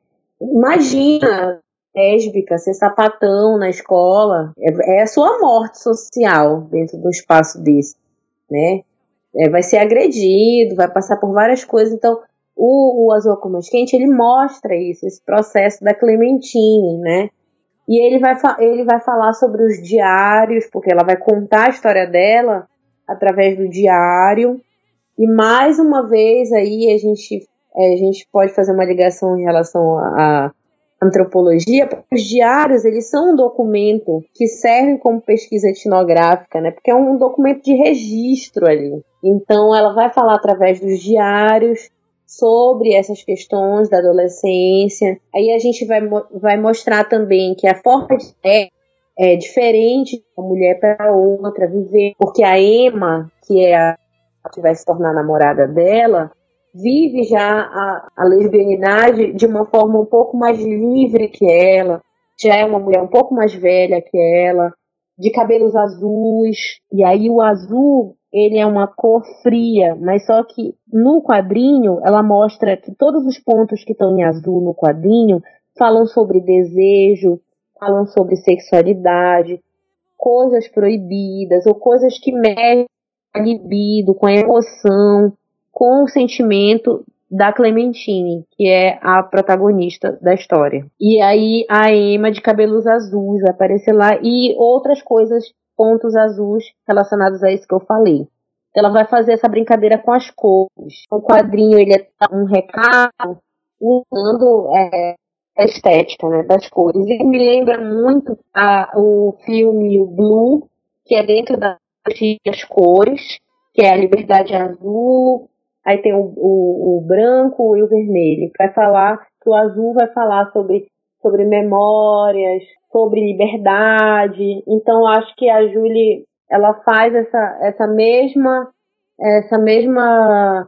Imagina lésbica, ser sapatão na escola, é, é a sua morte social dentro do espaço desse, né? É, vai ser agredido, vai passar por várias coisas. Então, o, o Azul, a Cor Mais Quente, ele mostra isso, esse processo da Clementine, né? E ele vai, ele vai falar sobre os diários, porque ela vai contar a história dela através do diário. E mais uma vez aí a gente, a gente pode fazer uma ligação em relação a antropologia, porque os diários, eles são um documento que serve como pesquisa etnográfica, né? Porque é um documento de registro ali. Então, ela vai falar através dos diários sobre essas questões da adolescência. Aí a gente vai, vai mostrar também que a forma de é, é diferente de uma mulher para outra viver, porque a Emma, que é a que vai se tornar namorada dela, vive já a, a lesbianidade de uma forma um pouco mais livre que ela, já é uma mulher um pouco mais velha que ela, de cabelos azuis, e aí o azul, ele é uma cor fria, mas só que no quadrinho ela mostra que todos os pontos que estão em azul no quadrinho falam sobre desejo, falam sobre sexualidade, coisas proibidas, ou coisas que mexem com a libido, com a emoção, com o sentimento da Clementine, que é a protagonista da história. E aí a Emma de cabelos azuis vai aparecer lá e outras coisas, pontos azuis relacionados a isso que eu falei. Ela vai fazer essa brincadeira com as cores. O quadrinho, ele é um recado usando é, a estética, né, das cores. E me lembra muito a, o filme Blue, que é dentro das cores, que é a liberdade azul. Aí tem o, o, o branco e o vermelho. Vai falar que o azul vai falar sobre, sobre memórias, sobre liberdade. Então, acho que a Julie, ela faz essa, essa mesma, essa mesma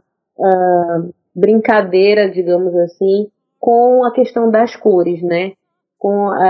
uh, brincadeira, digamos assim, com a questão das cores, né? Com uh,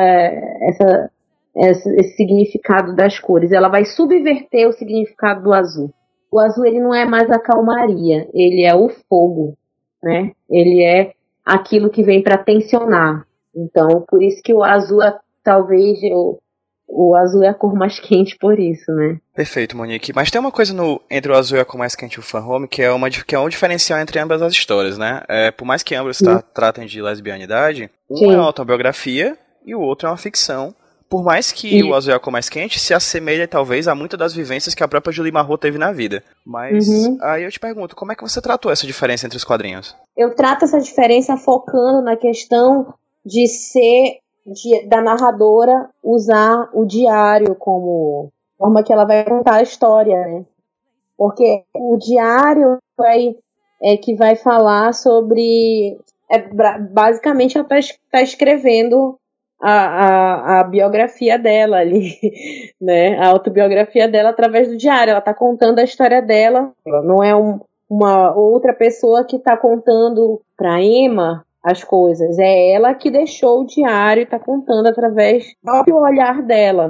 essa, esse, esse significado das cores. Ela vai subverter o significado do azul. O azul, ele não é mais a calmaria, ele é o fogo, né? Ele é aquilo que vem para tensionar. Então, por isso que o azul, é, talvez, o, o azul é a cor mais quente por isso, né? Perfeito, Monique. Mas tem uma coisa no, entre o azul e a cor mais quente e o fan home, que é, uma, que é um diferencial entre ambas as histórias, né? É, por mais que ambas tra- tratem de lesbianidade, Sim. uma é uma autobiografia e o outro é uma ficção. Por mais que e... o Azul é a Cor Mais Quente se assemelhe, talvez, a muitas das vivências que a própria Julie Marrot teve na vida. Mas uhum. aí eu te pergunto, como é que você tratou essa diferença entre os quadrinhos? Eu trato essa diferença focando na questão de ser, de, da narradora usar o diário como forma que ela vai contar a história, né? Porque o diário vai, é que vai falar sobre... É, basicamente, ela está tá escrevendo... A, a, a biografia dela ali, né? A autobiografia dela através do diário. Ela está contando a história dela. Ela não é um, uma outra pessoa que está contando para Emma as coisas. É ela que deixou o diário e está contando através do próprio olhar dela.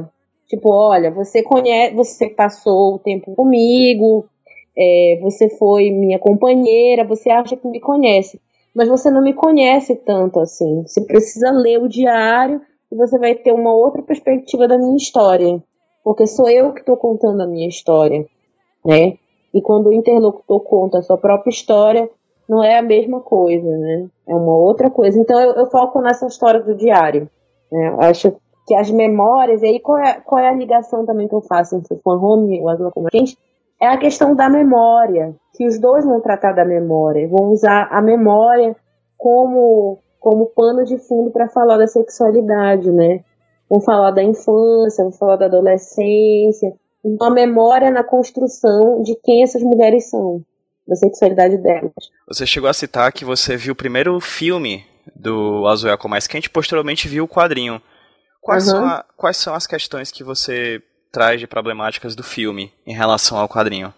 Tipo, olha, você conhece, você passou o tempo comigo, é, você foi minha companheira, você acha que me conhece, mas você não me conhece tanto assim. Você precisa ler o diário e você vai ter uma outra perspectiva da minha história, porque sou eu que estou contando a minha história, né? E quando o interlocutor conta a sua própria história, não é a mesma coisa, né? É uma outra coisa. Então eu, eu foco nessa história do diário, né? Eu acho que as memórias, e aí qual é, qual é a ligação também que eu faço entre o Fan Home e o Azul como a gente, é a questão da memória, que os dois vão tratar da memória, vão usar a memória como, como pano de fundo para falar da sexualidade, né? Vão falar da infância, vão falar da adolescência, uma memória na construção de quem essas mulheres são, da sexualidade delas. Você chegou a citar que você viu o primeiro filme do Azul é a Cor Mais Quente e posteriormente viu o quadrinho. Quais, uhum. são a, quais são as questões que você traz de problemáticas do filme em relação ao quadrinho?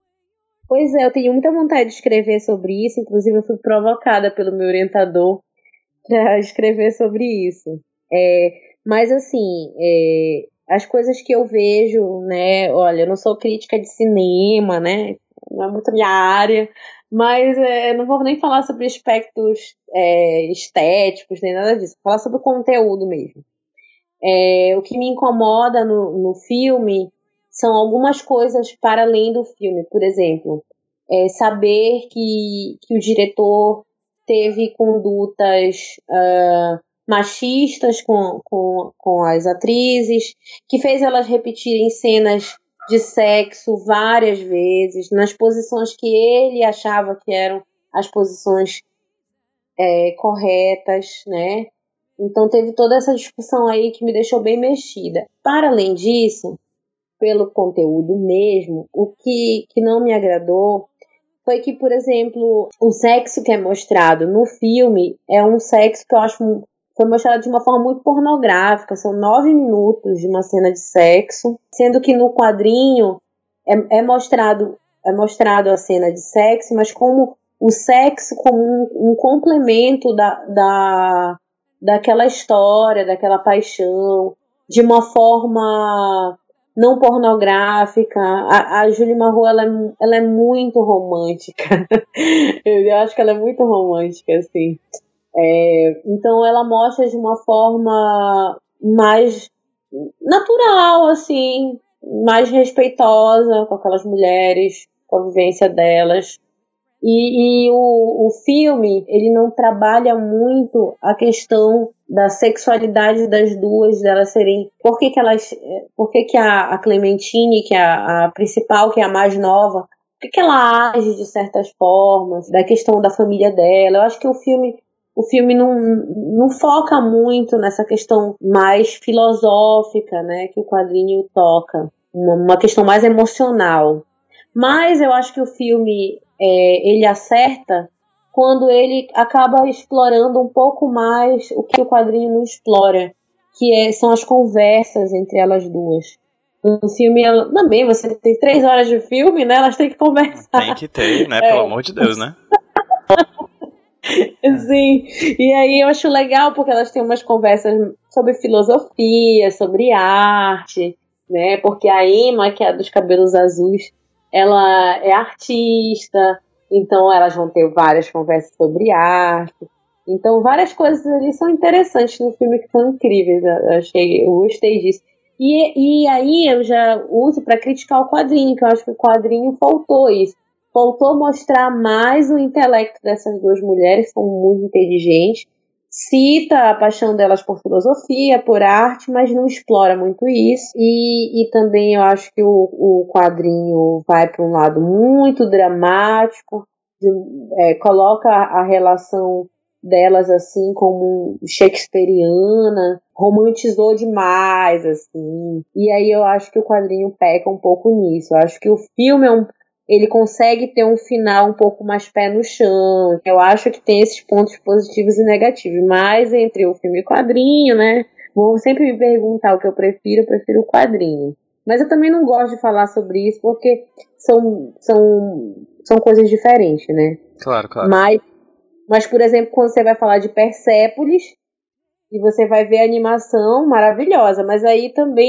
Pois é, eu tenho muita vontade de escrever sobre isso, inclusive eu fui provocada pelo meu orientador para escrever sobre isso. É, mas assim, é, as coisas que eu vejo, né, olha, eu não sou crítica de cinema, né, não é muito a minha área, mas é, não vou nem falar sobre aspectos é, estéticos, nem nada disso, vou falar sobre o conteúdo mesmo. É, o que me incomoda no, no filme são algumas coisas para além do filme. Por exemplo, é, saber que, que o diretor teve condutas uh, machistas com, com, com as atrizes, que fez elas repetirem cenas de sexo várias vezes, nas posições que ele achava que eram as posições é, corretas, né? Então teve toda essa discussão aí que me deixou bem mexida. Para além disso, pelo conteúdo mesmo, o que, que não me agradou foi que, por exemplo, o sexo que é mostrado no filme é um sexo que eu acho foi mostrado de uma forma muito pornográfica. São nove minutos de uma cena de sexo, sendo que no quadrinho é, é, mostrado, é mostrado a cena de sexo, mas como o sexo como um, um complemento da... da daquela história, daquela paixão, de uma forma não pornográfica. A, a Julie Marrou, ela, é, ela é muito romântica. Eu acho que ela é muito romântica, assim. É, então ela mostra de uma forma mais natural, assim, mais respeitosa com aquelas mulheres, com a vivência delas. E, e o, o filme, ele não trabalha muito a questão da sexualidade das duas, delas serem... Por que que elas... Por que que a, a Clementine, que é a, a principal, que é a mais nova, por que que ela age de certas formas, da questão da família dela? Eu acho que o filme, o filme não, não foca muito nessa questão mais filosófica, né, que o quadrinho toca. Uma, uma questão mais emocional. Mas eu acho que o filme... É, ele acerta quando ele acaba explorando um pouco mais o que o quadrinho não explora, que é, são as conversas entre elas duas. No filme, ela, também, você tem três horas de filme, né? Elas têm que conversar. Tem que ter, né? Pelo é. amor de Deus, né? Sim, e aí eu acho legal porque elas têm umas conversas sobre filosofia, sobre arte, né? Porque a Emma, que é a dos cabelos azuis, ela é artista, então elas vão ter várias conversas sobre arte. Então várias coisas ali são interessantes no filme, que são incríveis. Eu, achei, eu gostei disso. E, e aí eu já uso para criticar o quadrinho, que eu acho que o quadrinho faltou isso. Faltou mostrar mais o intelecto dessas duas mulheres, que são muito inteligentes. Cita a paixão delas por filosofia, por arte, mas não explora muito isso. E, e também eu acho que o, o quadrinho vai para um lado muito dramático, de, é, coloca a relação delas assim como shakespeariana, romantizou demais, assim. E aí eu acho que o quadrinho peca um pouco nisso. Eu acho que o filme é um ele consegue ter um final um pouco mais pé no chão. Eu acho que tem esses pontos positivos e negativos. Mas entre o filme e o quadrinho, né? Vão sempre me perguntar o que eu prefiro, eu prefiro o quadrinho. Mas eu também não gosto de falar sobre isso, porque são, são, são coisas diferentes, né? Claro, claro. Mas, mas, por exemplo, quando você vai falar de Persépolis, e você vai ver a animação maravilhosa, mas aí também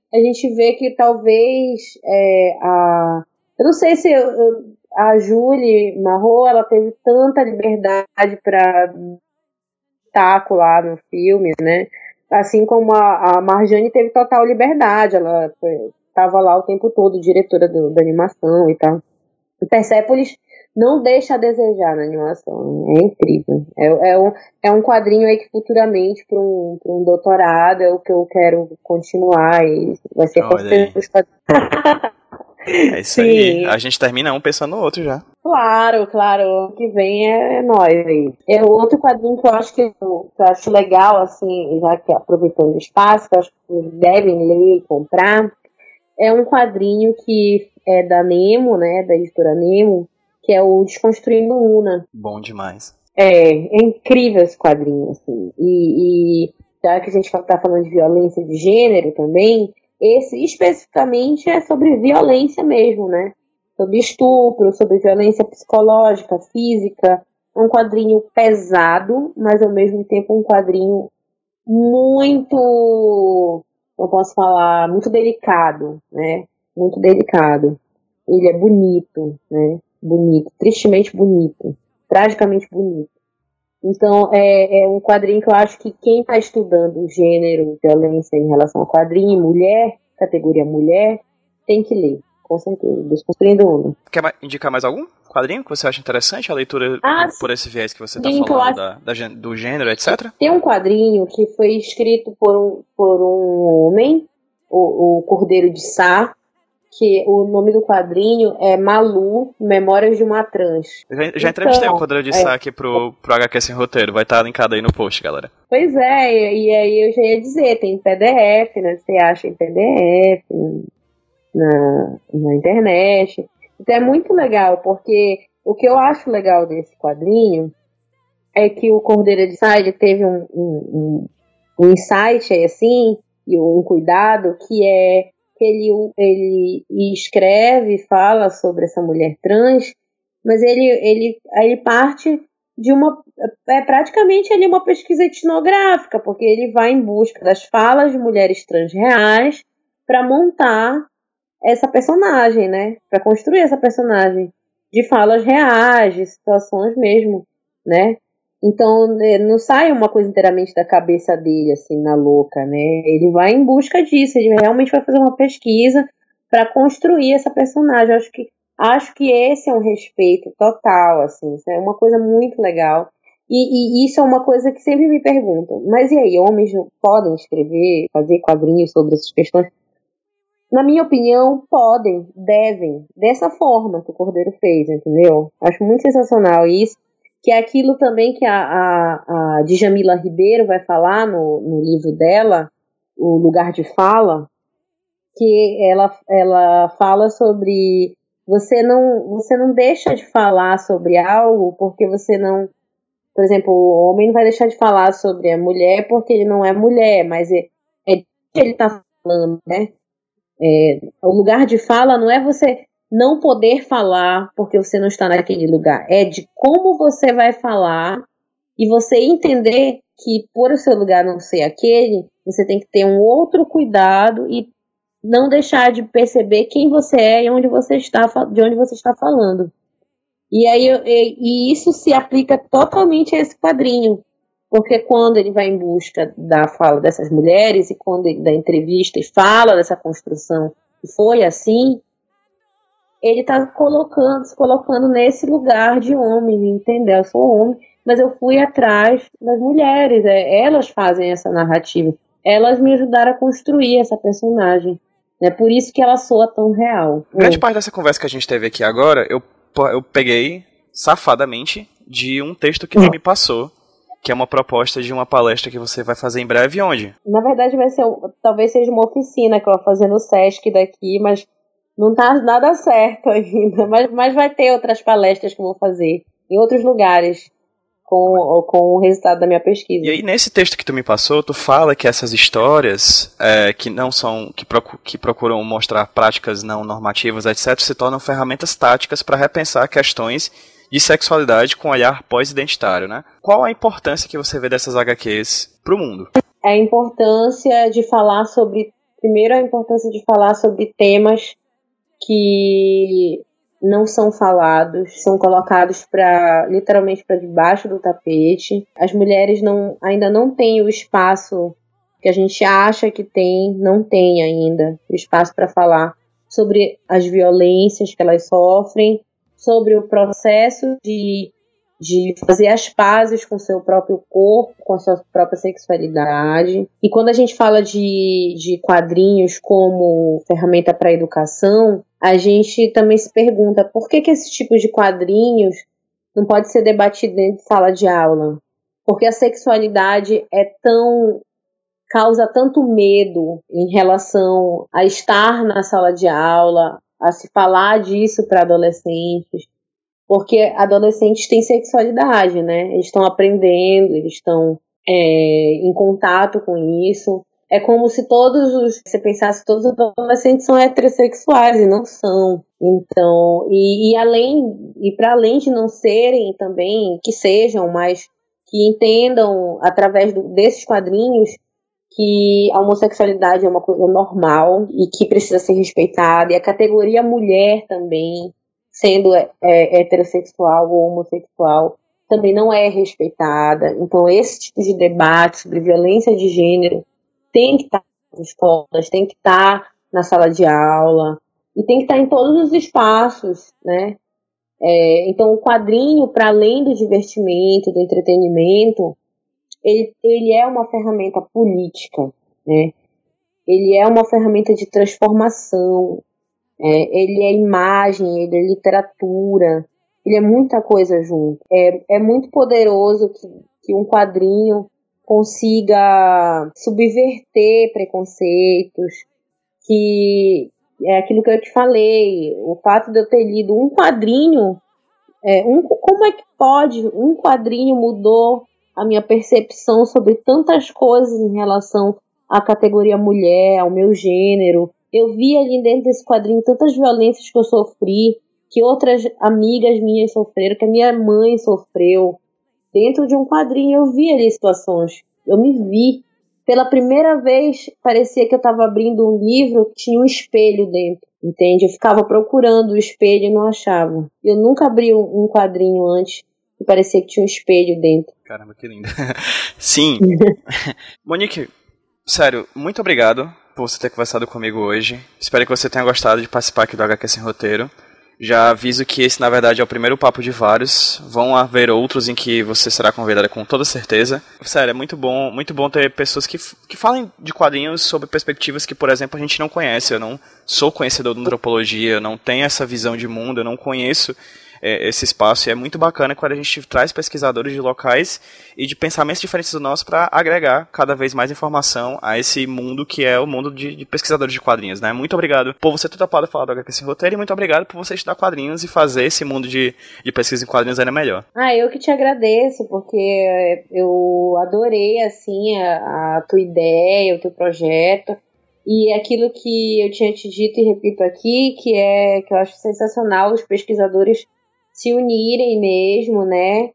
a gente vê que talvez é, a... Eu não sei se eu, a Julie Marrot, ela teve tanta liberdade para taco lá no filme, né? Assim como a, a Marjane teve total liberdade, ela estava lá o tempo todo, diretora do, da animação e tal. O Persepolis não deixa a desejar na animação, é incrível. É, é, um, é um quadrinho aí que futuramente para um, pra um doutorado é o que eu quero continuar e vai ser com certeza. É isso aí, a gente termina um pensando no outro já. Claro, claro, o que vem é nós aí. É outro quadrinho que eu acho que eu, que eu acho legal, assim, já que aproveitando o espaço, que eu acho que vocês devem ler e comprar, é um quadrinho que é da Nemo, né, da editora Nemo, que é o Desconstruindo Una. Bom demais. É, é incrível esse quadrinho, assim, e, e já que a gente tá falando de violência de gênero também, esse especificamente é sobre violência mesmo, né? Sobre estupro, sobre violência psicológica, física. É um quadrinho pesado, mas ao mesmo tempo um quadrinho muito, eu posso falar, muito delicado, né? Muito delicado. Ele é bonito, né? Bonito, tristemente bonito, tragicamente bonito. Então, é, é um quadrinho que eu acho que quem está estudando o gênero, violência em relação ao quadrinho, mulher, categoria mulher, tem que ler, com certeza. Desconstruindo Una. Quer indicar mais algum quadrinho que você acha interessante? A leitura ah, por, por esse viés que você está sim, falando, da, da, do gênero, etcétera? Tem um quadrinho que foi escrito por um, por um homem, o, o Cordeiro de Sá, que o nome do quadrinho é Malu, Memórias de uma Trans. Eu já, já entrevistei então, o Cordeiro de Sá é, aqui pro, pro H Q Sem Roteiro, vai estar linkado aí no post, galera. Pois é, e, e aí eu já ia dizer, tem P D F, né? Você acha em P D F, na, na internet. Então é muito legal, porque o que eu acho legal desse quadrinho é que o Cordeiro de Sá teve um, um, um insight aí, assim, e um cuidado, que é que ele, ele escreve, fala sobre essa mulher trans, mas ele, ele, ele parte de uma, é praticamente ali uma pesquisa etnográfica, porque ele vai em busca das falas de mulheres trans reais para montar essa personagem, né? Para construir essa personagem de falas reais, de situações mesmo, né? Então, não sai uma coisa inteiramente da cabeça dele, assim, na louca, né? Ele vai em busca disso, ele realmente vai fazer uma pesquisa para construir essa personagem. Eu acho que, acho que esse é um respeito total, assim, isso é uma coisa muito legal. E, e isso é uma coisa que sempre me perguntam, mas e aí, homens podem escrever, fazer quadrinhos sobre essas questões? Na minha opinião, podem, devem, dessa forma que o Cordeiro fez, entendeu? Acho muito sensacional isso. Que é aquilo também que a, a, a Djamila Ribeiro vai falar no, no livro dela, O Lugar de Fala, que ela, ela fala sobre você não, você não deixa de falar sobre algo porque você não, por exemplo, o homem não vai deixar de falar sobre a mulher porque ele não é mulher, mas é, é que ele está falando, né? É, o lugar de fala não é você não poder falar porque você não está naquele lugar. É de como você vai falar e você entender que por o seu lugar não ser aquele, você tem que ter um outro cuidado e não deixar de perceber quem você é e onde você está, de onde você está falando. E, aí, e, e isso se aplica totalmente a esse quadrinho. Porque quando ele vai em busca da fala dessas mulheres e quando ele dá entrevista e fala dessa construção que foi assim, ele está colocando, se colocando nesse lugar de homem, entendeu? Eu sou homem, mas eu fui atrás das mulheres, é, elas fazem essa narrativa, elas me ajudaram a construir essa personagem, é por isso que ela soa tão real. Grande parte dessa conversa que a gente teve aqui agora, eu, eu peguei safadamente de um texto que tu me passou, que é uma proposta de uma palestra que você vai fazer em breve, onde? Na verdade vai ser, talvez seja uma oficina que eu vou fazer no Sesc daqui, mas não tá nada certo ainda, mas, mas vai ter outras palestras que eu vou fazer em outros lugares com, com o resultado da minha pesquisa. E aí, nesse texto que tu me passou, tu fala que essas histórias é, que não são, que, procu- que procuram mostrar práticas não normativas, etcétera, se tornam ferramentas táticas para repensar questões de sexualidade com olhar pós-identitário, né? Qual a importância que você vê dessas agá quês pro mundo? A importância de falar sobre primeiro, a importância de falar sobre temas que não são falados, são colocados para literalmente para debaixo do tapete. As mulheres não, ainda não têm o espaço que a gente acha que tem, não tem ainda o espaço para falar sobre as violências que elas sofrem, sobre o processo de, de fazer as pazes com o seu próprio corpo, com a sua própria sexualidade. E quando a gente fala de, de quadrinhos como ferramenta para a educação, a gente também se pergunta por que, que esse tipo de quadrinhos não pode ser debatido dentro de sala de aula? Porque a sexualidade é tão... causa tanto medo em relação a estar na sala de aula, a se falar disso para adolescentes, porque adolescentes têm sexualidade, né? Eles estão aprendendo, eles estão é, em contato com isso. É como se todos os, você pensasse, todos os adolescentes são heterossexuais e não são. Então, e, e além, e para além de não serem também, que sejam, mas que entendam através do, desses quadrinhos que a homossexualidade é uma coisa normal e que precisa ser respeitada, e a categoria mulher também, sendo é, heterossexual ou homossexual, também não é respeitada. Então esse tipo de debate sobre violência de gênero tem que estar nas escolas, tem que estar na sala de aula, e tem que estar em todos os espaços, né? É, então o quadrinho, para além do divertimento, do entretenimento, Ele, ele é uma ferramenta política, né? Ele é uma ferramenta de transformação, é, ele é imagem, ele é literatura, ele é muita coisa junto. É, é muito poderoso que, que um quadrinho consiga subverter preconceitos, que é aquilo que eu te falei, o fato de eu ter lido um quadrinho, é, um, como é que pode, um quadrinho mudou a minha percepção sobre tantas coisas em relação à categoria mulher, ao meu gênero. Eu vi ali dentro desse quadrinho tantas violências que eu sofri, que outras amigas minhas sofreram, que a minha mãe sofreu. Dentro de um quadrinho eu vi ali situações, eu me vi. Pela primeira vez parecia que eu estava abrindo um livro que tinha um espelho dentro, entende? Eu ficava procurando o espelho e não achava. Eu nunca abri um quadrinho antes e parecia que tinha um espelho dentro. Caramba, que lindo. Sim. Monique, sério, muito obrigado por você ter conversado comigo hoje. Espero que você tenha gostado de participar aqui do H Q Sem Roteiro. Já aviso que esse, na verdade, é o primeiro papo de vários. Vão haver outros em que você será convidada com toda certeza. Sério, é muito bom, muito bom ter pessoas que, que falem de quadrinhos sob perspectivas que, por exemplo, a gente não conhece. Eu não sou conhecedor de antropologia, eu não tenho essa visão de mundo, eu não conheço é, esse espaço. E é muito bacana quando a gente traz pesquisadores de locais e de pensamentos diferentes do nosso para agregar cada vez mais informação a esse mundo que é o mundo de, de pesquisadores de quadrinhos, né? Muito obrigado por você ter topado falar do H Q Sem Roteiro e muito obrigado por você estudar quadrinhos e fazer esse mundo de, de pesquisa em quadrinhos ainda melhor. Ah, eu que te agradeço, porque eu adorei, assim, a, a tua ideia, o teu projeto, e aquilo que eu tinha te dito e repito aqui, que é que eu acho sensacional os pesquisadores se unirem mesmo, né,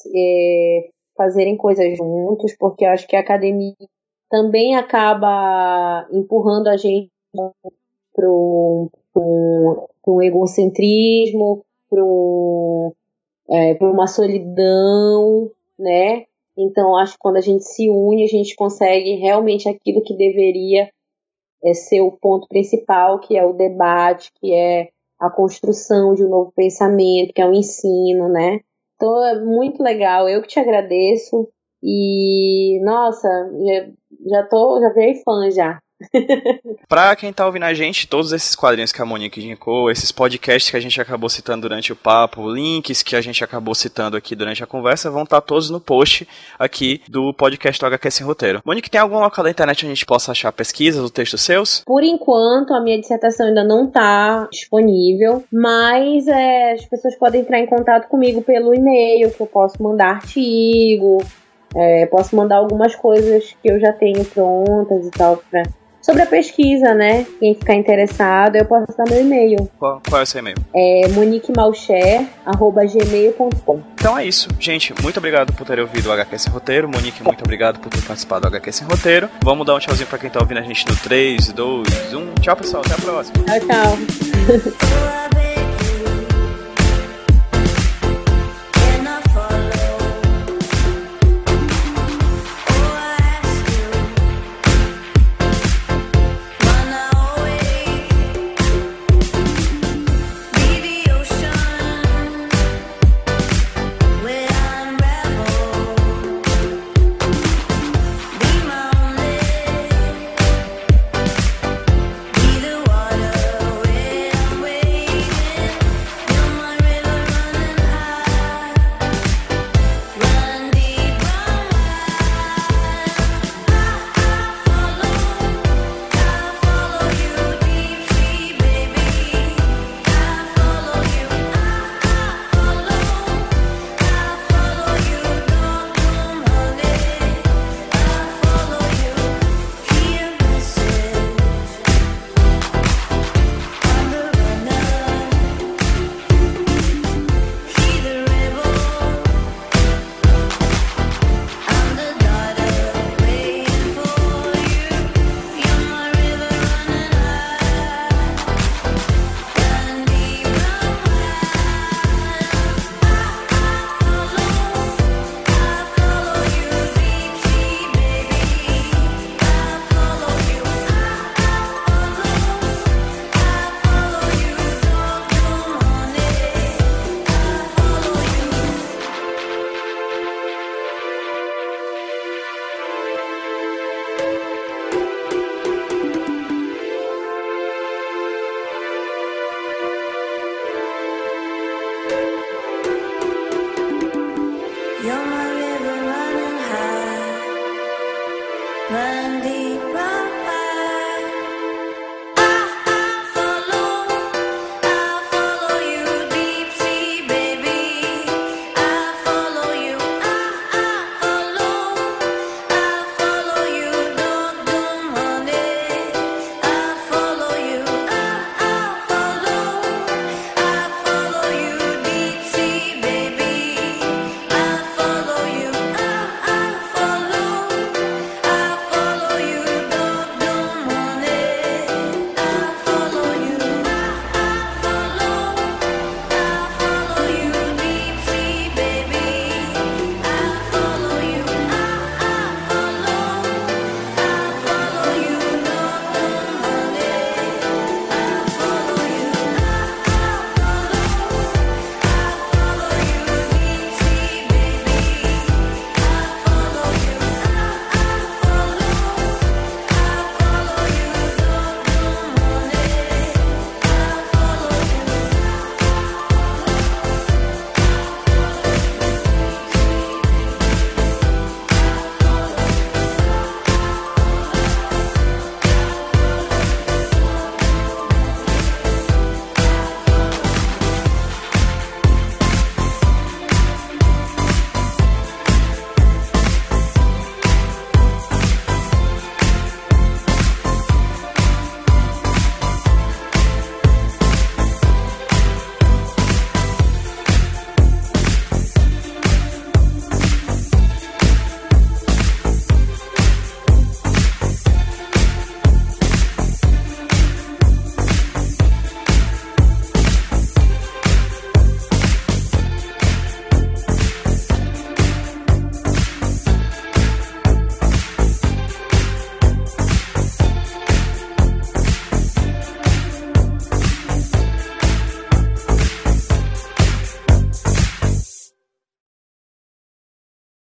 é, fazerem coisas juntos, porque eu acho que a academia também acaba empurrando a gente para um, um egocentrismo, para um, é, uma solidão, né? Então, acho que quando a gente se une, a gente consegue realmente aquilo que deveria é, ser o ponto principal, que é o debate, que é a construção de um novo pensamento, que é o ensino, né? Então é muito legal, eu que te agradeço e, nossa, já, já tô, já virei fã já. Pra quem tá ouvindo a gente, todos esses quadrinhos que a Monique indicou, esses podcasts que a gente acabou citando durante o papo, links que a gente acabou citando aqui durante a conversa, vão estar todos no post aqui do podcast do H Q Sem Roteiro. Monique, tem algum local da internet onde a gente possa achar pesquisas ou textos seus? Por enquanto, a minha dissertação ainda não tá disponível, mas é, as pessoas podem entrar em contato comigo pelo e-mail, que eu posso mandar artigo, é, posso mandar algumas coisas que eu já tenho prontas e tal, pra sobre a pesquisa, né? Quem ficar interessado, eu posso dar meu e-mail. Qual, qual é o seu e-mail? É monique malcher arroba gmail ponto com. Então é isso, gente. Muito obrigado por ter ouvido o H Q Sem Roteiro. Monique, muito obrigado por ter participado do H Q Sem Roteiro. Vamos dar um tchauzinho pra quem tá ouvindo a gente no três, dois, um. Tchau, pessoal. Até a próxima. Tchau, tchau.